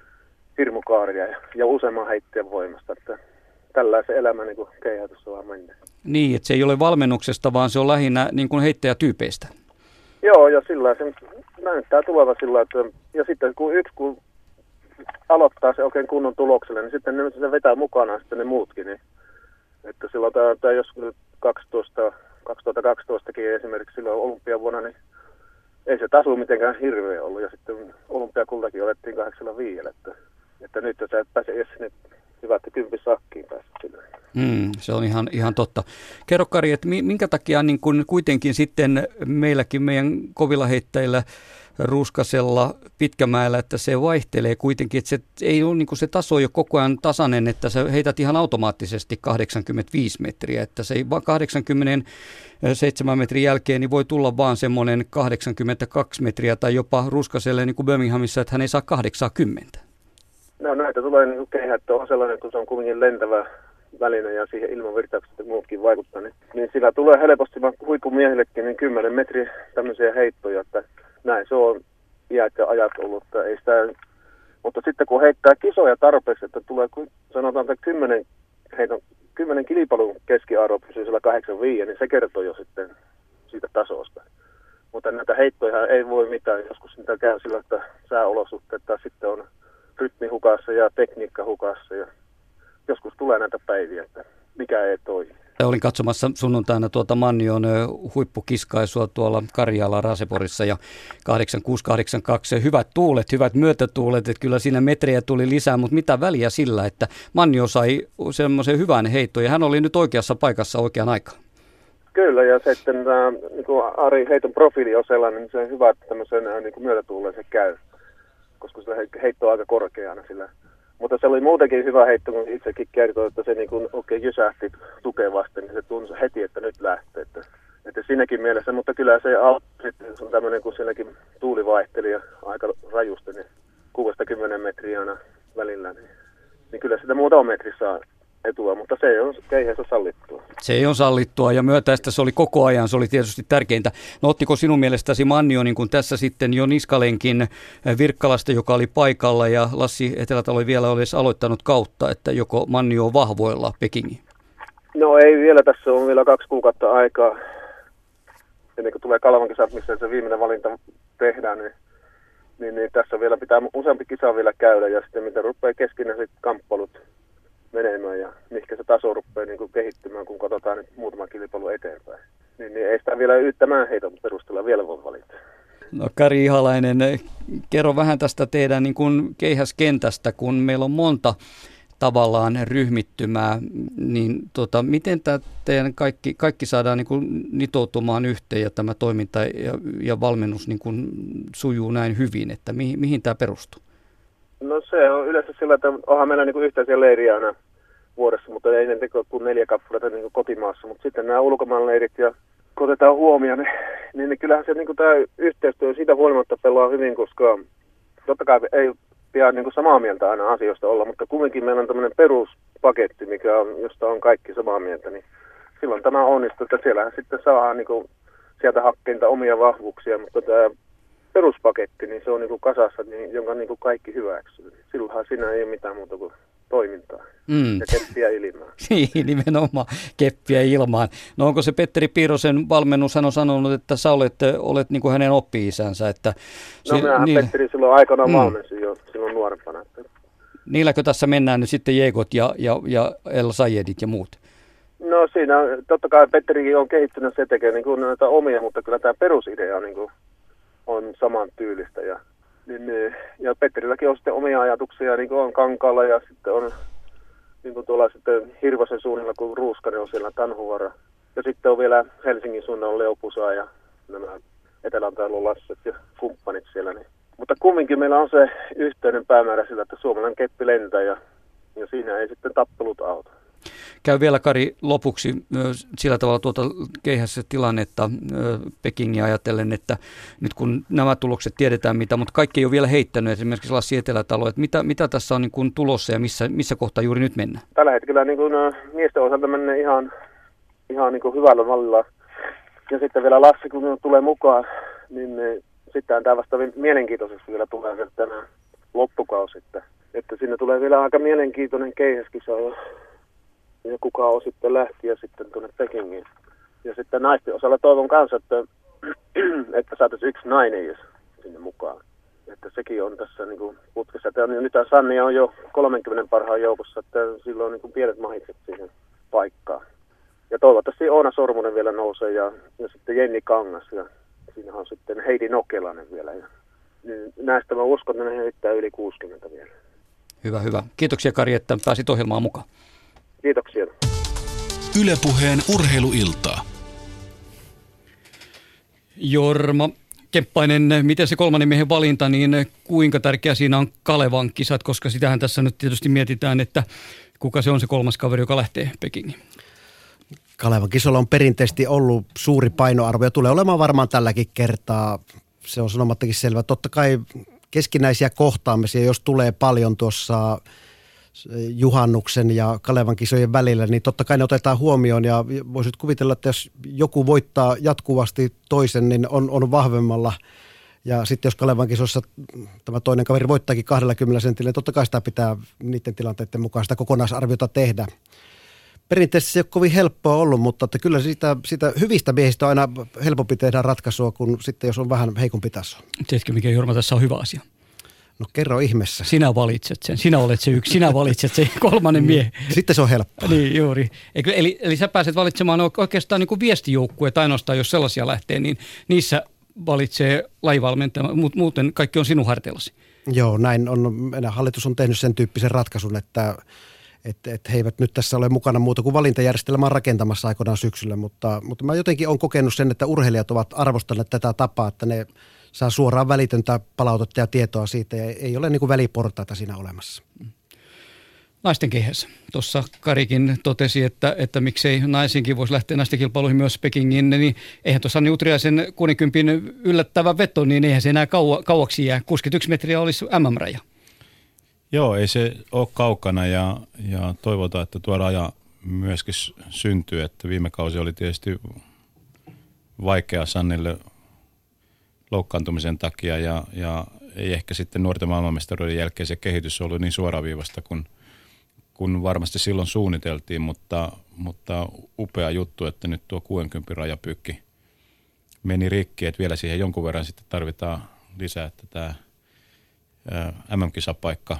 H: hirmukaaria ja, ja useamman heittien voimasta, että tällaisen elämä niin kuin keihätys on mennyt.
C: Niin, että se ei ole valmennuksesta, vaan se on lähinnä niin kuin heittäjätyypeistä.
H: Joo, ja sillä se näyttää tuleva sillä että ja sitten kun yksi kun aloittaa se oikein kunnon tulokselle, niin sitten ne, se vetää mukana sitten ne muutkin. Niin, että silloin tämä, tämä jos kaksitoista, kaksituhattakaksitoistakin esimerkiksi silloin olympiavuonna, niin ei se taso mitenkään hirveä ollut. Ja sitten olympiakultakin olettiin kahdeksalla viidellä, että, että nyt sä et pääse edes sinne hyvät kympisakkiin päästä sille.
C: Mm, se on ihan, ihan totta. Kerro Kari, että minkä takia niin kun kuitenkin sitten meilläkin meidän kovilla heittäjillä Ruuskasella, Pitkämäellä, että se vaihtelee kuitenkin, että se ei ole niin kuin se taso jo koko ajan tasainen, että sä heität ihan automaattisesti kahdeksankymmentäviisi metriä, että se ei kahdeksankymmentäseitsemän metrin jälkeen niin voi tulla vaan semmoinen kahdeksankymmentäkaksi metriä tai jopa Ruuskaselle niin kuin Birminghamissa, että hän ei saa kahdeksankymmentä.
H: No näitä tulee niin kuin keihättö on sellainen, kun se on kuitenkin lentävä väline ja siihen ilmanvirtaukset ja muutkin vaikuttaa, niin, niin sillä tulee helposti vaan huippumiehillekin niin kymmenen metriä tämmöisiä heittoja, että näin se on iät ja ajat ollut, että ei sitä, mutta sitten kun heittää kisoja tarpeeksi, että tulee sanotaan, että kymmenen, heiton, kymmenen kilpailun keskiarvo pysyy siellä kahdeksankymmentäviisi, niin se kertoo jo sitten siitä tasosta. Mutta näitä heittoja ei voi mitään, joskus niitä käy sillä, että sääolosuhteet tai sitten on rytmi hukassa ja tekniikka hukassa ja joskus tulee näitä päiviä, että mikä ei toimi.
C: Olin katsomassa sunnuntaina tuota Mannion huippukiskaisua tuolla Karjala Raaseporissa ja kahdeksankymmentäkuusi kahdeksankymmentäkaksi. Hyvät tuulet, hyvät myötätuulet, että kyllä siinä metrejä tuli lisää, mutta mitä väliä sillä, että Mannio sai semmoisen hyvän heiton ja hän oli nyt oikeassa paikassa oikeaan aikaan.
H: Kyllä, ja sitten äh, niin kuin Ari heiton profiili on sellainen, niin se on hyvä, että tämmöisen äh, niin myötätuuleen se käy, koska se heitto on aika korkeana sillä. Mutta se oli muutenkin hyvä heitto, kun itsekin kertoi, että se niin kuin oikein jysähti tukevasti, niin se tuntui heti, että nyt lähtee. Että, että siinäkin mielessä, mutta kyllä se sitten on tämmöinen, kun siinäkin tuuli vaihteli ja aika rajusti, niin kuusikymmentä metriä aina välillä, niin, niin kyllä sitä muutama metri saa etua, mutta se on keihässä sallittua.
C: Se ei ole sallittua ja myötäistä se oli koko ajan, se oli tietysti tärkeintä. No ottiko sinun mielestäsi Mannio niin kuin tässä sitten jo Niskalenkin Virkkalasta, joka oli paikalla ja Lassi Etelätalo oli vielä olisi aloittanut kautta, että joko Mannio on vahvoilla Pekingiin?
H: No ei vielä, tässä on vielä kaksi kuukautta aikaa, ennen kuin tulee Kalvan kisat, missä se viimeinen valinta tehdään, niin, niin, niin tässä vielä pitää useampi kisa vielä käydä ja sitten miten rupeaa keskinä sitten kamppailut menemään ja mihinkä se taso rupeaa niin kuin kehittymään, kun katsotaan nyt muutama kilpailu eteenpäin. Niin, niin ei sitä vielä yhtämään heiton perusteella vielä voi valita.
C: No Kari Ihalainen, kerro vähän tästä teidän niin kuin keihäskentästä, kun meillä on monta tavallaan ryhmittymää, niin tota, miten tämä teidän kaikki, kaikki saadaan niin kuin nitoutumaan yhteen ja tämä toiminta ja, ja valmennus niin kuin sujuu näin hyvin, että mihin, mihin tämä perustuu?
H: No se on yleensä sillä, että onhan meillä niin kuin yhteisiä leiriä aina vuodessa, mutta ei ne teko kuin neljä kappaletta niin kuin kotimaassa. Mutta sitten nämä ulkomaan leirit, ja kun otetaan huomioon, niin, niin, niin kyllähän se niin kuin tämä yhteistyö siitä huolimatta pelaa hyvin, koska totta kai ei pidä niin kuin samaa mieltä aina asioista olla, mutta kumminkin meillä on tämmöinen peruspaketti, mikä on, josta on kaikki samaa mieltä, niin silloin tämä onnistuu, että siellähän sitten saadaan niin kuin sieltä hakkeinta omia vahvuuksia, mutta tämä peruspaketti, niin se on niinku kasassa, niin, jonka niinku kaikki hyväksyy. Silloinhan siinä ei ole mitään muuta kuin toimintaa mm. ja keppiä ilmaan.
C: Niin, nimenomaan keppiä ilmaan. No onko se Petteri Piirosen valmennus, hän on sanonut, että sä olet, olet niinku hänen oppi-isänsä. Että
H: no
C: se,
H: minähän
C: niillä...
H: Petteri silloin aikanaan mm. valmensin jo silloin nuorempana. Että...
C: Niilläkö tässä mennään nyt sitten Jeegot ja, ja, ja El Sayedit ja muut?
H: No siinä totta kai Petterikin on kehittynyt, se tekee niin kuin näitä omia, mutta kyllä tämä perusidea on niin kuin on saman tyylistä. Ja, niin, ja Petterilläkin on sitten omia ajatuksia, niin kuin on Kankaalla ja sitten on niin kuin tuolla sitten Hirvosen suunnilla, kun Ruuskari on siellä Tanhuvaara. Ja sitten on vielä Helsingin suunnalla Leupusaa ja nämä Eteläntailun Lasset ja kumppanit siellä. Niin. Mutta kumminkin meillä on se yhteinen päämäärä sillä, että suomalainen keppi lentää ja, ja siinä ei sitten tappelut auta.
C: Käy vielä, Kari, lopuksi sillä tavalla tuota keihässä tilannetta Pekingiä ajatellen, että nyt kun nämä tulokset tiedetään mitä, mutta kaikki ei ole vielä heittänyt, esimerkiksi Lassi Etelätalo, että mitä, mitä tässä on niin kuin tulossa ja missä, missä kohtaa juuri nyt mennään?
H: Tällä hetkellä niin kuin miesten osalta menee ihan, ihan niin kuin hyvällä mallilla. Ja sitten vielä Lassi, kun tulee mukaan, niin sitten tämä vasta mielenkiintoisesti vielä tulee vielä tänään loppukausi. Että, että siinä tulee vielä aika mielenkiintoinen keihäskisa ja, ja kuka on sitten lähtiä sitten tuonne Pekingiin. Ja sitten naisten osalla toivon kanssa, että, että saataisiin yksi nainen sinne mukaan. Että sekin on tässä niin kuin putkessa. Nyt Sanni on jo kolmenkymmenen parhaan joukossa, että sillä on niin kuin pienet mahikset siihen paikkaan. Ja toivottavasti Oona Sormunen vielä nousee ja, ja sitten Jenni Kangas ja siinä on sitten Heidi Nokelainen vielä. Ja, niin näistä mä uskon, että ne heittää yli kuusikymmentä vielä.
C: Hyvä, hyvä. Kiitoksia, Kari, että pääsit ohjelmaan mukaan.
H: Kiitoksia.
B: Yle Puheen urheiluiltaa.
C: Jorma Kemppainen, miten se kolmannen miehen valinta, niin kuinka tärkeä siinä on Kalevan kisat, koska sitähän tässä nyt tietysti mietitään, että kuka se on se kolmas kaveri, joka lähtee Pekingiin.
D: Kalevan kisolla on perinteisesti ollut suuri painoarvo ja tulee olemaan varmaan tälläkin kertaa. Se on sanomattakin selvä. Totta kai keskinäisiä kohtaamisia, jos tulee paljon tuossa juhannuksen ja Kalevan kisojen välillä, niin totta kai ne otetaan huomioon ja voisit kuvitella, että jos joku voittaa jatkuvasti toisen, niin on, on vahvemmalla. Ja sitten jos Kalevan kisossa tämä toinen kaveri voittaakin kaksikymmentä sentillä, niin totta kai sitä pitää niiden tilanteiden mukaan sitä kokonaisarviota tehdä. Perinteisesti se ei ole kovin helppoa ollut, mutta että kyllä siitä, siitä hyvistä miehistä on aina helpompi tehdä ratkaisua kuin sitten, jos on vähän heikompi taso.
C: Tiedätkö, mikä Jorma tässä on hyvä asia?
D: No kerro ihmeessä.
C: Sinä valitset sen. Sinä olet se yksi. Sinä valitset sen kolmannen miehen.
D: Sitten se on helppoa.
C: Niin, juuri. Eli, eli sä pääset valitsemaan oikeastaan niin kuin viestijoukkueet ainoastaan, jos sellaisia lähtee, niin niissä valitsee lajivalmentaja, muuten kaikki on sinun harteillasi.
D: Joo, näin on. Meidän hallitus on tehnyt sen tyyppisen ratkaisun, että Että et he eivät nyt tässä ole mukana muuta kuin valintajärjestelmää rakentamassa aikoinaan syksyllä, mutta, mutta mä jotenkin olen kokenut sen, että urheilijat ovat arvostaneet tätä tapaa, että ne saa suoraan välitöntä palautetta ja tietoa siitä ja ei ole niin kuin väliportaita siinä olemassa.
C: Naisten keihässä. Tuossa Karikin totesi, että, että miksei naisinkin voisi lähteä naisten kilpailuihin myös Pekingiin, niin eihän tuossa Sanni Utriaisen kuusikymmentä yllättävä veto, niin eihän se enää kaua, kauaksi jää. kuusikymmentäyksi metriä olisi M M-raja.
E: Joo, ei se ole kaukana ja, ja toivotaan, että tuo raja myöskin syntyy, että viime kausi oli tietysti vaikea Sannille loukkaantumisen takia ja, ja ei ehkä sitten nuorten maailmanmestaruuden jälkeen se kehitys ollut niin suoraviivasta kuin, kuin varmasti silloin suunniteltiin, mutta, mutta upea juttu, että nyt tuo kuusikymmentä rajapyykki meni rikki, että vielä siihen jonkun verran sitten tarvitaan lisää, että tämä M M-kisapaikka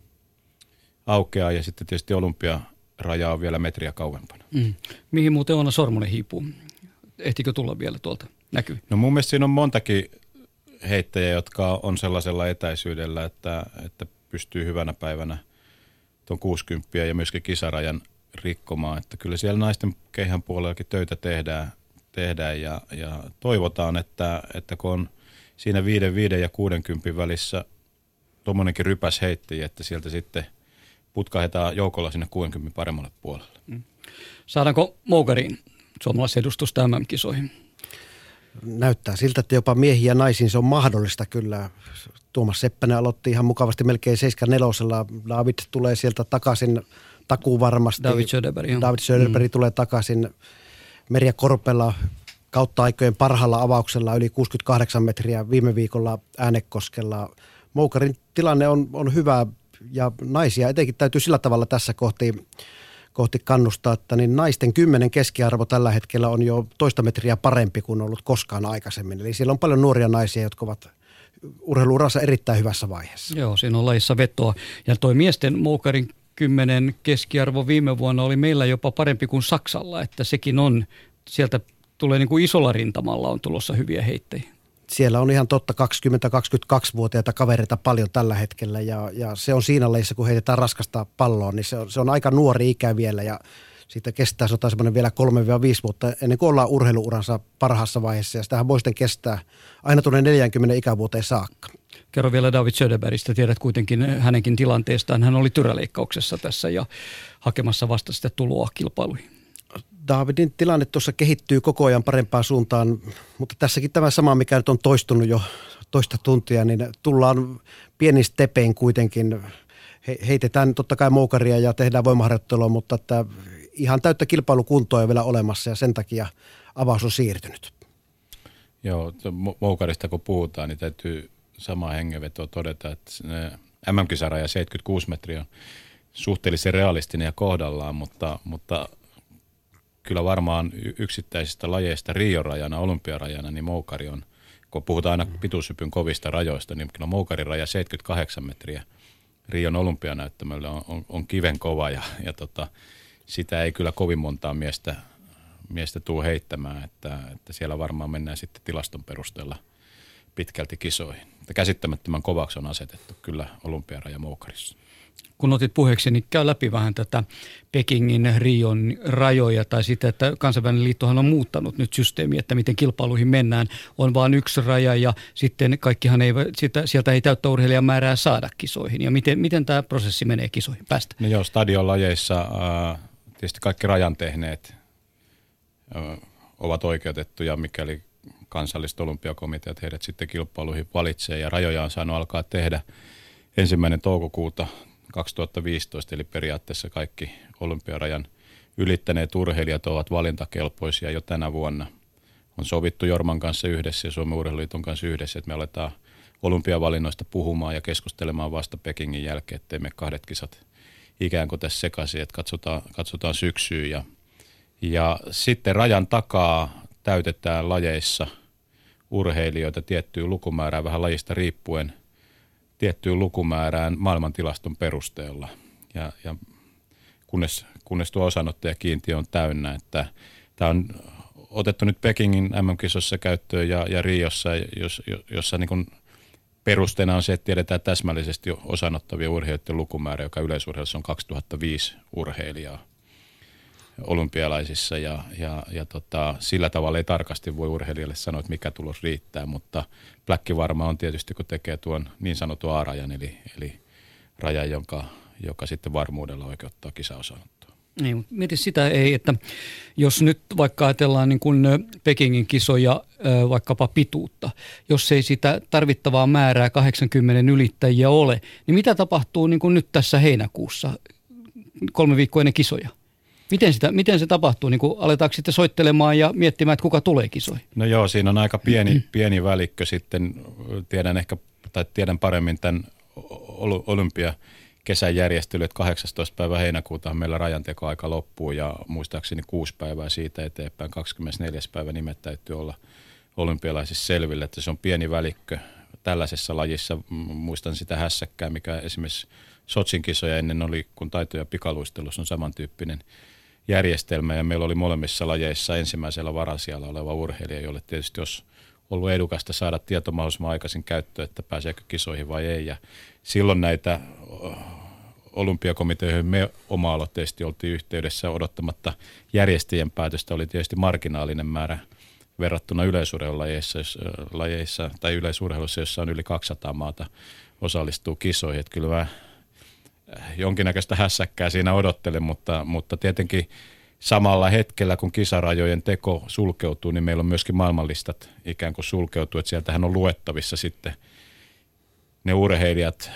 E: aukeaa ja sitten tietysti olympiaraja on vielä metriä kauempana.
C: Mm. Mihin muuten Oona Sormunen hiipuu? Ehtikö tulla vielä tuolta näkyy?
E: No mun mielestä siinä on montakin heittäjiä, jotka on sellaisella etäisyydellä, että, että pystyy hyvänä päivänä tuon kuusikymmentä ja myöskin kisarajan rikkomaan. Että kyllä siellä naisten keihän puolellakin töitä tehdään, tehdään ja, ja toivotaan, että, että kun on siinä viiden, viiden ja kuudenkympin välissä tuommoinenkin rypäs heitti, että sieltä sitten putkahdetaan joukolla sinne kuusikymmentä paremmalle puolelle. Mm.
C: Saadaanko Moukariin suomalaisedustusta M M-kisoihin?
D: Näyttää siltä, että jopa miehiä ja naisiin se on mahdollista kyllä. Tuomas Seppänen aloitti ihan mukavasti melkein seitsemänkymmentäneljä. David tulee sieltä takaisin takuu varmasti.
C: David Söderberg.
D: David Söderberg mm. tulee takaisin. Merja Korpela kautta aikojen parhaalla avauksella yli kuusikymmentäkahdeksan metriä viime viikolla Äänekoskella. Moukarin tilanne on, on hyvä ja naisia etenkin täytyy sillä tavalla tässä kohti, kohti kannustaa, että niin naisten kymmenen keskiarvo tällä hetkellä on jo toista metriä parempi kuin ollut koskaan aikaisemmin. Eli siellä on paljon nuoria naisia, jotka ovat urheiluurassa erittäin hyvässä vaiheessa.
C: Joo, siinä on lajissa vetoa. Ja toi miesten Moukarin kymmenen keskiarvo viime vuonna oli meillä jopa parempi kuin Saksalla, että sekin on, sieltä tulee niin kuin isolla rintamalla on tulossa hyviä heittäjiä.
D: siellä on ihan totta kaksikymmentä-kaksikymmentäkaksivuotiaita kavereita paljon tällä hetkellä ja, ja se on siinä lajissa, kun heitetään raskasta palloa, niin se on, se on aika nuori ikä vielä ja siitä kestää sota semmoinen vielä kolme viisi vuotta ennen kuin ollaan urheiluuransa parhaassa vaiheessa ja sitähän voi sitten kestää aina tuonne neljäkymmentä ikävuoteen saakka.
C: Kerro vielä David Söderbergistä, tiedät kuitenkin hänenkin tilanteestaan. Hän oli tyräleikkauksessa tässä ja hakemassa vasta sitä tuloa kilpailuihin.
D: Davidin tilanne tuossa kehittyy koko ajan parempaan suuntaan, mutta tässäkin tämä sama, mikä nyt on toistunut jo toista tuntia, niin tullaan pienin stepein kuitenkin. He, heitetään totta kai moukaria ja tehdään voimaharjoittelua, mutta että ihan täyttä kilpailukuntoa ei vielä olemassa ja sen takia avaus on siirtynyt.
E: Joo, moukarista kun puhutaan, niin täytyy samaa hengenvetoa todeta, että M M-kisaraja seitsemänkymmentäkuusi metriä on suhteellisen realistinen ja kohdallaan, mutta, mutta kyllä varmaan yksittäisistä lajeista Rio-rajana, olympiarajana, niin moukari on, kun puhutaan aina pituushypyn kovista rajoista, niin kyllä moukarin raja seitsemänkymmentäkahdeksan metriä Rion olympianäyttämölle on, on, on kiven kova ja, ja tota, sitä ei kyllä kovin montaa miestä, miestä tuu heittämään, että, että siellä varmaan mennään sitten tilaston perusteella pitkälti kisoihin. Että käsittämättömän kovaksi on asetettu kyllä olympiaraja moukarissa.
C: Kun otit puheeksi, niin käy läpi vähän tätä Pekingin, Rion rajoja tai sitä, että kansainvälinen liittohan on muuttanut nyt systeemiä, että miten kilpailuihin mennään. On vain yksi raja ja sitten kaikkihan ei, sitä, sieltä ei täyttä urheilijan määrää saada kisoihin. Ja miten, miten tämä prosessi menee kisoihin päästä?
E: No joo, stadionlajeissa äh, tietysti kaikki rajan tehneet äh, ovat oikeutettuja, mikäli kansalliset olympiakomiteat heidät sitten kilpailuihin valitsee ja rajoja on saanut alkaa tehdä ensimmäinen toukokuuta kaksituhattaviisitoista, eli periaatteessa kaikki olympiarajan ylittäneet urheilijat ovat valintakelpoisia jo tänä vuonna. On sovittu Jorman kanssa yhdessä ja Suomen Urheiluliiton kanssa yhdessä, että me aletaan olympiavalinnoista puhumaan ja keskustelemaan vasta Pekingin jälkeen, ettei me kahdet kisat ikään kuin tässä sekaisin, että katsotaan, katsotaan syksyyn. Ja, ja sitten rajan takaa täytetään lajeissa urheilijoita tiettyyn lukumäärään vähän lajista riippuen, tiettyyn lukumäärään maailmantilaston perusteella. Ja, ja kunnes, kunnes tuo osanottajakiintiö on täynnä, että tämä on otettu nyt Pekingin M M-kisossa käyttöön ja, ja Riossa, jos, jossa niin kuin perusteena on se, että tiedetään täsmällisesti osanottavia urheilijoiden lukumäärä, joka yleisurheilussa on kaksituhattaviisi urheilijaa olympialaisissa ja, ja, ja tota, sillä tavalla ei tarkasti voi urheilijalle sanoa, että mikä tulos riittää, mutta pläkki varma on tietysti, kun tekee tuon niin sanotun A-rajan, eli, eli rajan, jonka, joka sitten varmuudella oikeuttaa kisaosanottoa.
C: Niin, mutta mieti sitä ei, että jos nyt vaikka ajatellaan niin kuin Pekingin kisoja, vaikkapa pituutta, jos ei sitä tarvittavaa määrää kahdeksankymmentä ylittäjiä ole, niin mitä tapahtuu niin kuin nyt tässä heinäkuussa, kolme viikkoa ennen kisoja? Miten, sitä, miten se tapahtuu? Niin kuin aletaanko sitten soittelemaan ja miettimään, että kuka tulee kisoihin?
E: No joo, siinä on aika pieni, pieni välikkö sitten. Tiedän ehkä, tai tiedän paremmin tämän olympia kesän järjestely, että kahdeksastoista päivä heinäkuuta meillä rajantekoaika loppuu ja muistaakseni kuusi päivää siitä eteenpäin, kaksikymmentäneljäs päivä nimet täytyy olla olympialaisissa selville, että se on pieni välikkö tällaisessa lajissa. Muistan sitä hässäkkää, mikä esimerkiksi Sotsin kisoja ennen oli, kun taito- ja pikaluistelussa on samantyyppinen järjestelmä ja meillä oli molemmissa lajeissa ensimmäisellä varasijalla oleva urheilija, jolle tietysti olisi ollut edukasta saada tieto mahdollisimman aikaisin käyttöön, että pääseekö kisoihin vai ei. Ja silloin näitä olympiakomiteoihin me oma-aloitteisesti oltiin yhteydessä odottamatta järjestäjien päätöstä, oli tietysti marginaalinen määrä verrattuna yleisurheilulajeissa lajeissa, tai yleisurheilussa, jossa on yli kaksisataa maata osallistuu kisoihin. Että kyllä mä jonkinnäköistä hässäkkää siinä odottelen, mutta, mutta tietenkin samalla hetkellä, kun kisarajojen teko sulkeutuu, niin meillä on myöskin maailmanlistat ikään kuin sulkeutuu, että sieltähän on luettavissa sitten ne urheilijat,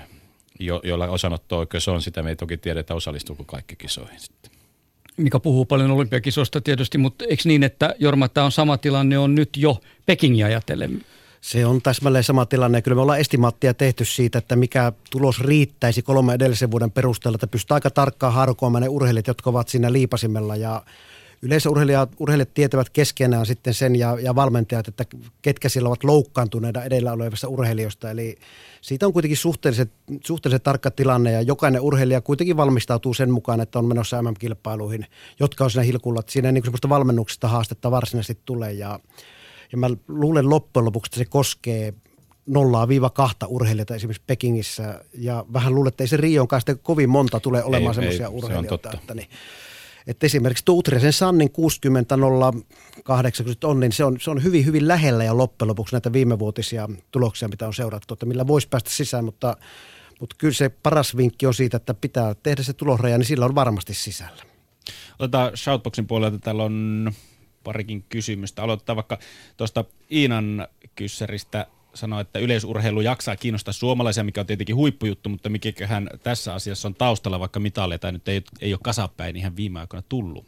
E: jo, joilla osanotto-oikeus on, sitä me ei toki tiedetä, osallistuuko kaikki kisoihin sitten.
C: Mika puhuu paljon olympiakisoista tietysti, mutta eikö niin, että Jorma, tämä on sama tilanne on nyt jo Pekingiä ajatellen?
D: Se on täsmälleen sama tilanne. Kyllä me ollaan estimaattia tehty siitä, että mikä tulos riittäisi kolme edellisen vuoden perusteella, että pystyy aika tarkkaan harkoamaan ne urheilijat, jotka ovat siinä liipasimella. Ja yleensä urheilijat, urheilijat tietävät keskenään sitten sen ja, ja valmentajat, että ketkä siellä ovat loukkaantuneita edellä olevista urheilijoista. Eli siitä on kuitenkin suhteellisen, suhteellisen tarkka tilanne ja jokainen urheilija kuitenkin valmistautuu sen mukaan, että on menossa M M-kilpailuihin, jotka on siinä hilkulla. Siinä ei niin semmoista valmennuksesta haastetta varsinaisesti tule ja Ja mä luulen loppujen lopuksi, että se koskee nollaa viiva kahta urheilijata esimerkiksi Pekingissä. Ja vähän luulen, että ei se Rionkaan sitten kovin monta tulee olemaan semmoisia urheilijoita. Että, niin, että esimerkiksi tuo Utriaisen Sannin kuusikymmentä nolla kahdeksankymmentä on, niin se on, se on hyvin, hyvin lähellä ja loppujen lopuksi näitä viimevuotisia tuloksia, mitä on seurattu, että millä voisi päästä sisään, mutta, mutta kyllä se paras vinkki on siitä, että pitää tehdä se tulosraja, niin sillä on varmasti sisällä.
A: Otetaan Shoutboxin puolelta, täällä on parikin kysymystä. Aloitetaan vaikka tuosta Iinan kyssäristä. Sanoi, että yleisurheilu jaksaa kiinnostaa suomalaisia, mikä on tietenkin huippujuttu, mutta mikäköhän tässä asiassa on taustalla, vaikka mitaleita nyt ei, ei ole kasapäin ihan viime aikoina tullut?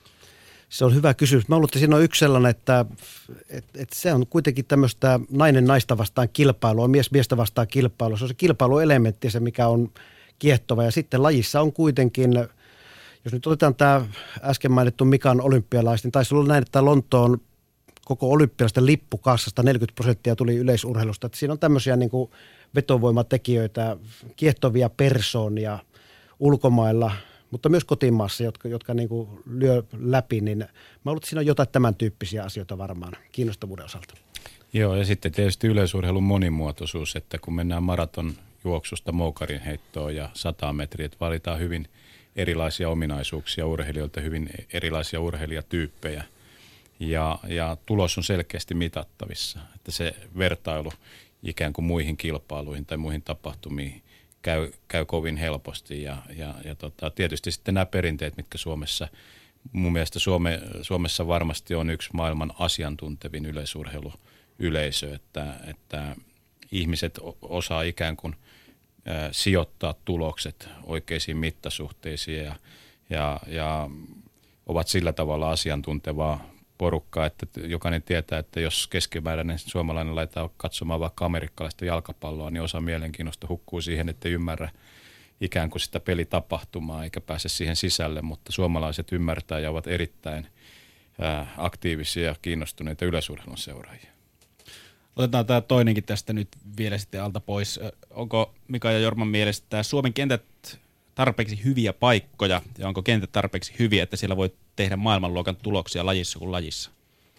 D: Se on hyvä kysymys. Mä luulen, että siinä on yksi sellainen, että, että, että se on kuitenkin tämmöistä nainen naista vastaan kilpailua, mies miestä vastaan kilpailua. Se on se kilpailuelementti, se mikä on kiehtova. Ja sitten lajissa on kuitenkin, jos nyt otetaan tämä äsken mainittu Mikan olympialaiset, niin taisi olla näin, että Lontoon koko olympialaisten lippukassasta neljäkymmentä prosenttia tuli yleisurheilusta. Että siinä on tämmöisiä niin kuin vetovoimatekijöitä, kiehtovia persoonia ulkomailla, mutta myös kotimaassa, jotka, jotka niin kuin lyö läpi. Niin mä luulen, että siinä on jotain tämän tyyppisiä asioita varmaan kiinnostavuuden osalta.
E: Joo, ja sitten tietysti yleisurheilun monimuotoisuus, että kun mennään maraton juoksusta moukarin heittoon ja sata metriä, että valitaan hyvin erilaisia ominaisuuksia urheilijoilta, hyvin erilaisia urheilijatyyppejä. Ja, ja tulos on selkeästi mitattavissa, että se vertailu ikään kuin muihin kilpailuihin tai muihin tapahtumiin käy, käy kovin helposti. Ja, ja, ja tota, tietysti sitten nämä perinteet, mitkä Suomessa, mun mielestä Suome, Suomessa varmasti on yksi maailman asiantuntevin yleisurheiluyleisö, että, että ihmiset osaa ikään kuin ä, sijoittaa tulokset oikeisiin mittasuhteisiin ja, ja, ja ovat sillä tavalla asiantuntevaa porukkaa, että jokainen tietää, että jos keskimääräinen suomalainen laittaa katsomaan vaikka amerikkalaista jalkapalloa, niin osa mielenkiinnosta hukkuu siihen, että ei ymmärrä ikään kuin sitä pelitapahtumaa eikä pääse siihen sisälle, mutta suomalaiset ymmärtää ja ovat erittäin ää, aktiivisia ja kiinnostuneita yleisurheilun seuraajia.
A: Otetaan tämä toinenkin tästä nyt vielä sitten alta pois. Onko Mika ja Jorman mielestä tämä Suomen kentät tarpeeksi hyviä paikkoja ja onko kentät tarpeeksi hyviä, että siellä voi tehdä maailmanluokan tuloksia lajissa kuin lajissa?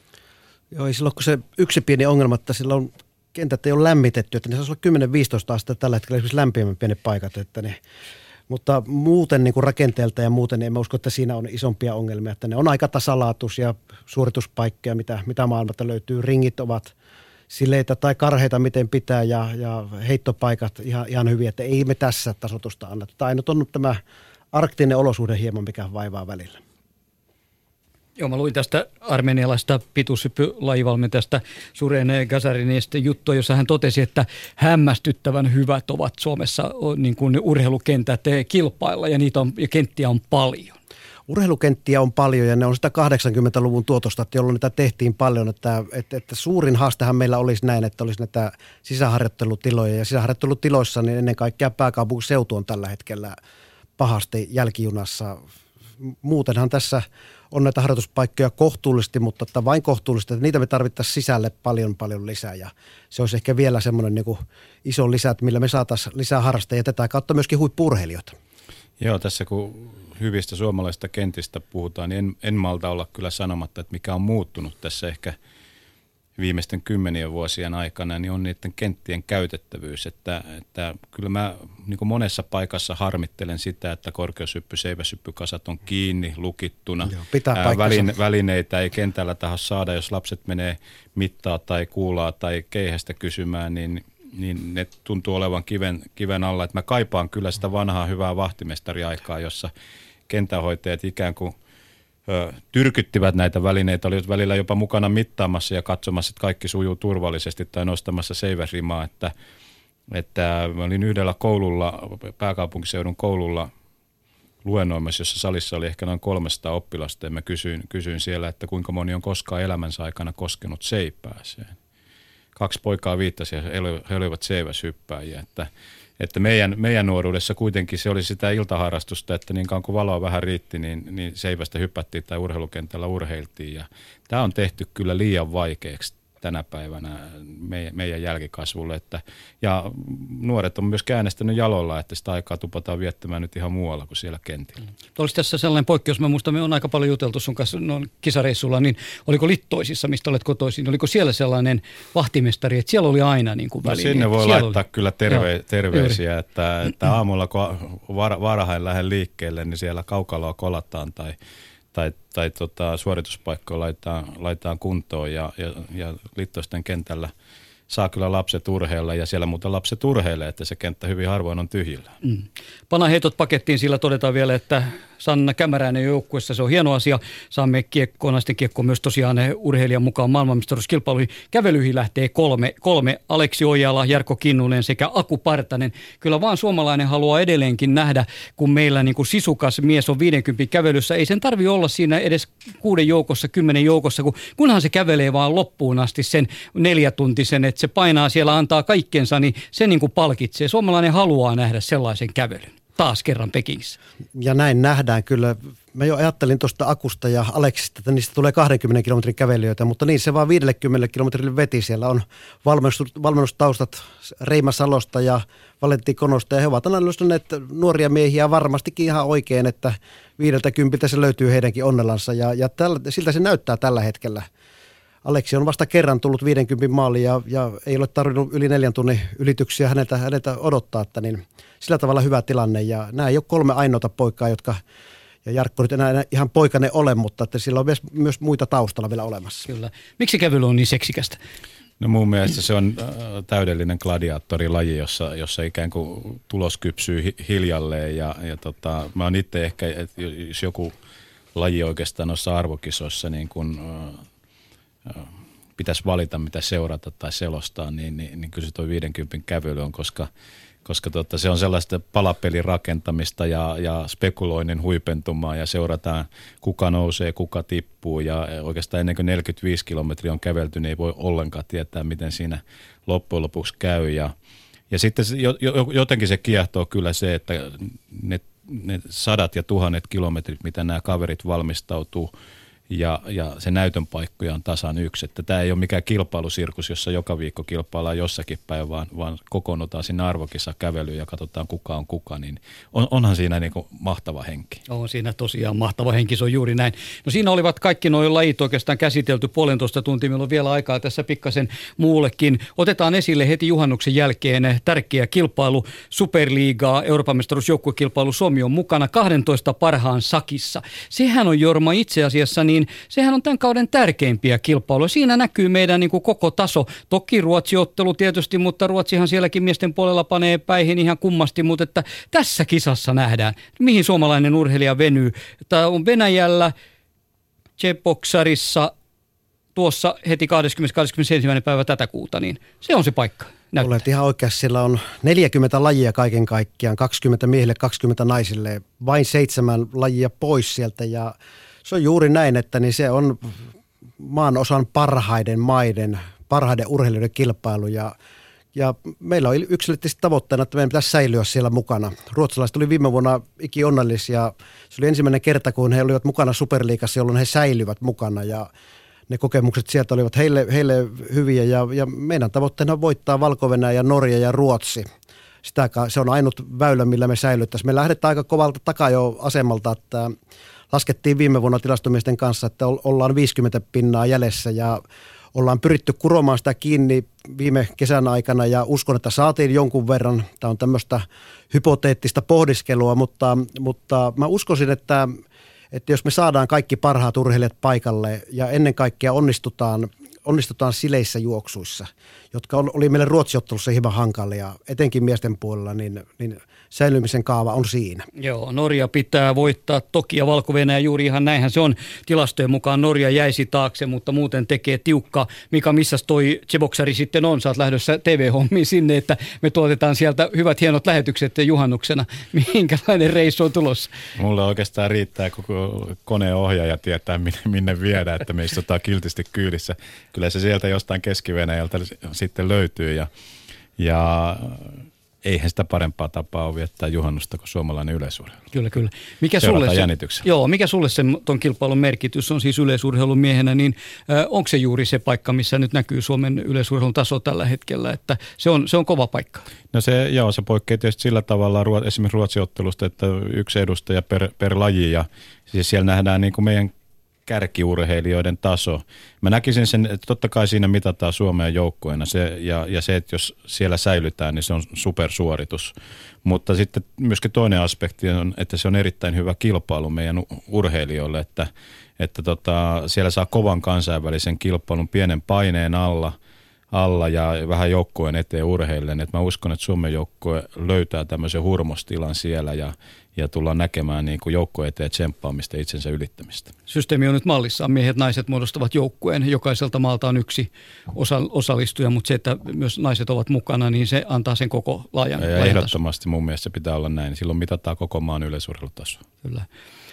D: Joo, ei silloin kun se yksi pieni ongelma, että silloin kentät ei ole lämmitetty, että ne saisi olla kymmenen viisitoista astetta tällä hetkellä esimerkiksi lämpimämpiä ne paikat, että ne, mutta muuten niin kuin rakenteelta ja muuten niin en mä usko, että siinä on isompia ongelmia, että ne on aika tasalaatuisia suorituspaikkoja, mitä, mitä maailmalta löytyy, ringit ovat sileitä tai karheita, miten pitää, ja, ja heittopaikat ihan, ihan hyviä, että ei me tässä tasoitusta anneta. Tai ainut on tämä arktinen olosuhde hieman, mikä vaivaa välillä.
C: Joo, mä luin tästä armenialaista pituushyppylajivalmentajasta Suren Gazarinista juttua, jossa hän totesi, että hämmästyttävän hyvät ovat Suomessa niin kuin urheilukentät kilpailla, ja niitä on, ja kenttiä on paljon.
D: Urheilukenttiä on paljon ja ne on sitä kahdeksankymmentäluvun tuotosta, jolloin niitä tehtiin paljon. Että, että, että suurin haastehan meillä olisi näin, että olisi näitä sisäharjoittelutiloja. Ja sisäharjoittelutiloissa niin ennen kaikkea pääkaupunkiseutu on tällä hetkellä pahasti jälkijunassa. Muutenhan tässä on näitä harjoituspaikkoja kohtuullisesti, mutta että vain kohtuullisesti. Että niitä me tarvittaisiin sisälle paljon paljon lisää ja se olisi ehkä vielä semmoinen niin kuin iso lisä, että millä me saataisiin lisää harrastajia ja tätä kautta myöskin huippu-urheilijoita.
E: Joo, tässä kun hyvistä suomalaisista kentistä puhutaan, niin en, en malta olla kyllä sanomatta, että mikä on muuttunut tässä ehkä viimeisten kymmenien vuosien aikana, niin on niiden kenttien käytettävyys. Että, että kyllä mä niin kuin monessa paikassa harmittelen sitä, että korkeushyppy, seiväshyppykasat on kiinni, lukittuna.
D: Joo, pitää
E: Ää, välin, välineitä ei kentällä taho saada, jos lapset menee mittaa tai kuulaa tai keihästä kysymään, niin niin ne tuntuu olevan kiven, kiven alla. Että mä kaipaan kyllä sitä vanhaa hyvää vahtimestariaikaa, jossa kentänhoitajat ikään kuin ö, tyrkyttivät näitä välineitä, olivat välillä jopa mukana mittaamassa ja katsomassa, että kaikki sujuu turvallisesti tai nostamassa seiväsrimaa. Että, että mä olin yhdellä koululla, pääkaupunkiseudun koululla luennoimassa, jossa salissa oli ehkä noin kolmesataa oppilasta ja mä kysyin, kysyin siellä, että kuinka moni on koskaan elämänsä aikana koskenut seipääseen. Kaksi poikaa viittasi ja he olivat seiväshyppääjiä, että, että meidän, meidän nuoruudessa kuitenkin se oli sitä iltaharrastusta, että niin kauan kuin valoa vähän riitti, niin, niin seivästä hypättiin tai urheilukentällä urheiltiin ja tämä on tehty kyllä liian vaikeaksi tänä päivänä meidän, meidän jälkikasvulle. Että, ja nuoret on myös käännestänyt jalolla, että sitä aikaa tupataan viettämään nyt ihan muualla kuin siellä kentillä.
C: Olisi tässä sellainen poikkeus, mä muistan, me on aika paljon juteltu sun kanssa noin kisareissulla, niin oliko Littoisissa, mistä olet kotoisin, oliko siellä sellainen vahtimestari, että siellä oli aina niin kuin väliin?
E: No sinne voi laittaa oli kyllä terve,
C: Joo,
E: terveisiä, että, että aamulla kun var, varhain lähden liikkeelle, niin siellä kaukaloa kolataan tai, tai, tai tota, suorituspaikkoja laitetaan, laitetaan kuntoon ja, ja, ja Littoisten kentällä saa kyllä lapset urheilla ja siellä muuten lapset urheilee, että se kenttä hyvin harvoin on tyhjillä. Mm.
C: Pana heitot pakettiin, sillä todetaan vielä, että Sanna Kämäräinen joukkueessa, se on hieno asia. Saamme kiekkoon, naisten kiekkoon myös tosiaan urheilijan mukaan maailmanmestaruuskilpailuihin. Kävelyihin lähtee kolme, kolme Aleksi Ojala, Jarkko Kinnunen sekä Aku Partanen. Kyllä vaan suomalainen haluaa edelleenkin nähdä, kun meillä niin kuin sisukas mies on viidenkymmenen kävelyssä. Ei sen tarvitse olla siinä edes kuuden joukossa, kymmenen joukossa, kun, kunhan se kävelee vaan loppuun asti sen neljätuntisen, että se painaa siellä, antaa kaikkensa, niin se niin kuin palkitsee. Suomalainen haluaa nähdä sellaisen kävelyn. Taas kerran Pekingissä.
D: Ja näin nähdään kyllä. Mä jo ajattelin tuosta Akusta ja Aleksista, että niistä tulee kahdenkymmenen kilometrin kävelijöitä, mutta niin se vaan viisikymmentä kilometrille veti. Siellä on valmennustaustat Reima Salosta ja Valentti Konosta, ja he ovat analysoineet nuoria miehiä varmastikin ihan oikein, että viideltäkympiltä se löytyy heidänkin onnellansa, ja, ja tällä, siltä se näyttää tällä hetkellä. Aleksi on vasta kerran tullut viidenkymmenen maaliin ja, ja ei ole tarvinnut yli neljän tunnin ylityksiä häneltä, häneltä odottaa, että niin sillä tavalla hyvä tilanne. Ja nämä ei ole kolme ainoata poikaa, jotka, ja Jarkko nyt enää ihan poikainen ole, mutta että sillä on myös, myös muita taustalla vielä olemassa.
C: Kyllä. Miksi kävely on niin seksikästä?
E: No mun mielestä se on täydellinen gladiaattorilaji, jossa, jossa ikään kuin tulos kypsyy hiljalleen ja, ja tota, mä oon itse ehkä, että jos joku laji oikeastaan noissa arvokisoissa niin kun pitäisi valita, mitä seurata tai selostaa, niin, niin, niin kyllä se tuo viidenkymmenen kävely on, koska, koska tota, se on sellaista palapelin rakentamista ja, ja spekuloinnin huipentumaa ja seurataan kuka nousee, kuka tippuu ja oikeastaan ennen kuin neljäkymmentäviisi kilometriä on kävelty, niin ei voi ollenkaan tietää, miten siinä loppujen lopuksi käy ja, ja sitten jo, jo, jotenkin se kiehtoo kyllä se, että ne, ne sadat ja tuhannet kilometrit, mitä nämä kaverit valmistautuu, Ja, ja se näytön paikkoja on tasan yksi. Että tämä ei ole mikään kilpailusirkus, jossa joka viikko kilpaillaan jossakin päin, vaan, vaan kokoonnutaan sinne arvokisakävelyyn ja katsotaan kuka on kuka. Niin on, onhan siinä niin kuin mahtava henki.
C: On siinä tosiaan mahtava henki, se on juuri näin. No siinä olivat kaikki nuo lajit oikeastaan käsitelty puolentoista tuntia. Meillä on vielä aikaa tässä pikkasen muullekin. Otetaan esille heti juhannuksen jälkeen tärkeä kilpailu, Superliigaa, Euroopan mestaruusjoukkuekilpailu. Suomi on mukana kahdentoista parhaan sakissa. Sehän on, Jorma, itse asiassa niin sehän on tämän kauden tärkeimpiä kilpailuja. Siinä näkyy meidän niin kuin koko taso. Toki Ruotsi-ottelu tietysti, mutta Ruotsihan sielläkin miesten puolella panee päihin ihan kummasti, mutta että tässä kisassa nähdään, mihin suomalainen urheilija venyy. Tämä on Venäjällä, Tšeboksarissa, tuossa heti kahdeskymmenes kahdeskymmenesensimmäinen päivä tätä kuuta, niin se on se paikka. Näyttää.
D: Olet ihan oikeassa, sillä on neljäkymmentä lajia kaiken kaikkiaan, kaksikymmentä miehille, kaksikymmentä naisille, vain seitsemän lajia pois sieltä ja se on juuri näin, että niin se on maan osan parhaiden maiden, parhaiden urheilijoiden kilpailu ja, ja meillä on yksilöllisesti tavoitteena, että meidän pitäisi säilyä siellä mukana. Ruotsalaiset oli viime vuonna ikionnellisia. Se oli ensimmäinen kerta, kun he olivat mukana Superliigassa, jolloin he säilyvät mukana ja ne kokemukset sieltä olivat heille, heille hyviä ja, ja meidän tavoitteena on voittaa Valko-Venäjä, Norja ja Ruotsi. Sitä, se on ainut väylä, millä me säilyttäisiin. Me lähdetään aika kovalta takaa jo asemalta, että laskettiin viime vuonna tilastomiesten kanssa, että ollaan viisikymmentä pinnaa jäljessä ja ollaan pyritty kuromaan sitä kiinni viime kesän aikana ja uskon, että saatiin jonkun verran. Tämä on tämmöistä hypoteettista pohdiskelua, mutta, mutta mä uskoisin, että, että jos me saadaan kaikki parhaat urheilijat paikalle ja ennen kaikkea onnistutaan, onnistutaan sileissä juoksuissa, jotka oli meille Ruotsi-ottelussa hieman hankalia, etenkin miesten puolella, niin, niin säilymisen kaava on siinä.
C: Joo, Norja pitää voittaa toki ja Valko-Venäjä juuri ihan näinhän se on tilastojen mukaan. Norja jäisi taakse, mutta muuten tekee tiukkaa. Mika, missäs toi Tšeboksari sitten on? Sä oot lähdössä T V-hommiin sinne, että me tuotetaan sieltä hyvät hienot lähetykset juhannuksena. Minkälainen reissu on tulossa?
E: Mulle oikeastaan riittää koko koneohjaaja tietää minne, minne viedä, että me istutaan kiltisti kyydissä. Kyllä se sieltä jostain Keski-Venäjältä sitten löytyy ja, ja eihän sitä parempaa tapaa ole viettää juhannusta kuin suomalainen yleisurheilu.
C: Kyllä, kyllä. Mikä
E: Seurataan
C: sulle, se,
E: jännityksellä.
C: joo, mikä sulle sen ton kilpailun merkitys on siis yleisurheilun miehenä, niin äh, onko se juuri se paikka, missä nyt näkyy Suomen yleisurheilun taso tällä hetkellä, että se on, se on kova paikka?
E: No se, joo, se poikkeaa tietysti sillä tavalla esimerkiksi Ruotsi-ottelusta, että yksi edustaja per, per laji ja siis siellä nähdään niin kuin meidän kärkiurheilijoiden taso. Mä näkisin sen, että totta kai siinä mitataan Suomen joukkueena se, ja, ja se, että jos siellä säilytään, niin se on supersuoritus. Mutta sitten myöskin toinen aspekti on, että se on erittäin hyvä kilpailu meidän urheilijoille, että, että tota, siellä saa kovan kansainvälisen kilpailun pienen paineen alla, alla ja vähän joukkueen eteen urheilleen. Et mä uskon, että Suomen joukkue löytää tämmöisen hurmostilan siellä ja, ja tullaan näkemään niin kuin joukkueen eteen tsemppaamista itsensä ylittämistä.
C: Systeemi on nyt mallissaan. Miehet, naiset muodostavat joukkueen. Jokaiselta maalta on yksi osa, osallistuja, mutta se, että myös naiset ovat mukana, niin se antaa sen koko laajan
E: ja
C: laajan
E: ehdottomasti tason. Mun mielestä se pitää olla näin. Silloin mitataan koko maan yleisurheilutasoa.
C: Kyllä.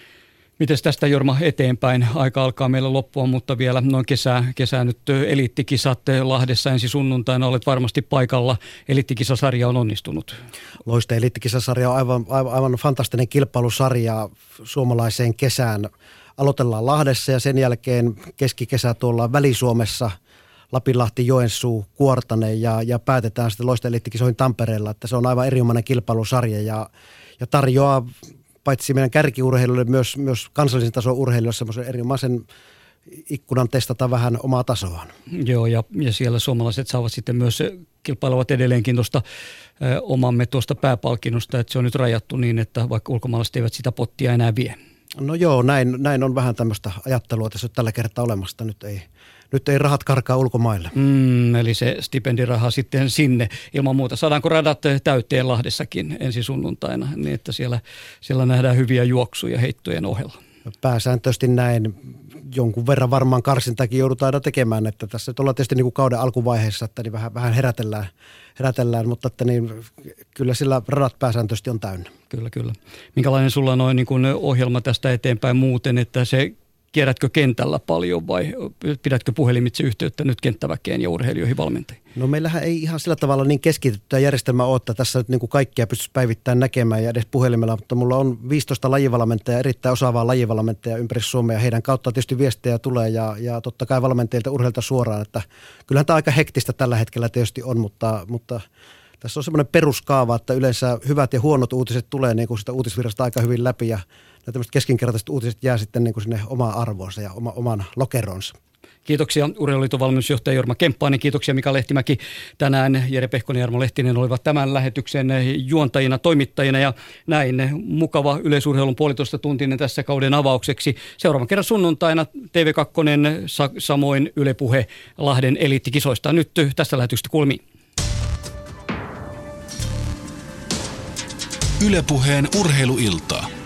C: Mites tästä, Jorma, eteenpäin? Aika alkaa meillä loppua, mutta vielä noin kesää, kesää nyt eliittikisat Lahdessa ensi sunnuntaina. Olet varmasti paikalla. Eliittikisasarja on onnistunut.
D: Loiste eliittikisasarja on aivan, aivan, aivan fantastinen kilpailusarja suomalaiseen kesään. Aloitellaan Lahdessa ja sen jälkeen keskikesä tuolla Väli-Suomessa, Lapinlahti, Joensuu, Kuortane ja, ja päätetään sitten Loiste eliittikisoihin Tampereella. Että se on aivan erinomainen kilpailusarja ja, ja tarjoaa paitsi meidän kärkiurheilijoille, myös, myös kansallisen tason urheilijoille semmoisen erinomaisen ikkunan testata vähän omaa tasoaan.
C: Joo, ja, ja siellä suomalaiset saavat sitten myös kilpailevat edelleenkin tuosta ö, omamme tuosta pääpalkinnosta, että se on nyt rajattu niin, että vaikka ulkomaalaiset eivät sitä pottia enää vie.
D: No joo, näin, näin on vähän tämmöistä ajattelua tässä tällä kertaa olemasta. Nyt ei, nyt ei rahat karkaa ulkomaille.
C: Mm, eli se stipendiraha sitten sinne ilman muuta. Saadaanko radat täyteen Lahdessakin ensi sunnuntaina, niin että siellä, siellä nähdään hyviä juoksuja heittojen ohella?
D: Pääsääntöisesti näin. Jonkun verran varmaan karsintakin joudutaan aina tekemään, että tässä nyt ollaan tietysti niin kuin kauden alkuvaiheessa, että niin vähän, vähän herätellään, herätellään, mutta että niin, kyllä sillä radat pääsääntöisesti on täynnä.
C: Kyllä, kyllä. Minkälainen sulla on niin kuin ohjelma tästä eteenpäin muuten, että se kierrätkö kentällä paljon vai pidätkö puhelimitse yhteyttä nyt kenttäväkeen ja urheilijoihin valmentajiin?
D: No meillähän ei ihan sillä tavalla niin keskitettyä järjestelmää ole, että tässä nyt niin kuin kaikkia pystyisi päivittämään näkemään ja edes puhelimella, mutta mulla on viisitoista lajivalmentajaa, erittäin osaavaa lajivalmentajaa ympäri Suomea ja heidän kautta tietysti viestejä tulee ja, ja totta kai valmentajilta urheilta suoraan, että kyllähän tämä aika hektistä tällä hetkellä tietysti on, mutta, mutta tässä on semmoinen peruskaava, että yleensä hyvät ja huonot uutiset tulee niin kuin sitä uutisvirrasta aika hyvin läpi ja nämä tämmöiset keskinkertaiset uutiset jää sitten niin kuin sinne omaan arvoonsa ja oma, oman lokeronsa.
C: Kiitoksia Urheiluliiton valmennusjohtaja Jorma Kemppainen, kiitoksia Mika Lehtimäki. Tänään Jere Pehkonen ja Jarmo Lehtinen olivat tämän lähetyksen juontajina, toimittajina ja näin mukava yleisurheilun puolitoista tuntinen tässä kauden avaukseksi. Seuraavan kerran sunnuntaina T V kaksi, samoin Yle Puhe Lahden eliittikisoista. Nyt tästä lähetyksestä kuulemiin.
B: Yle Puheen urheiluiltaa.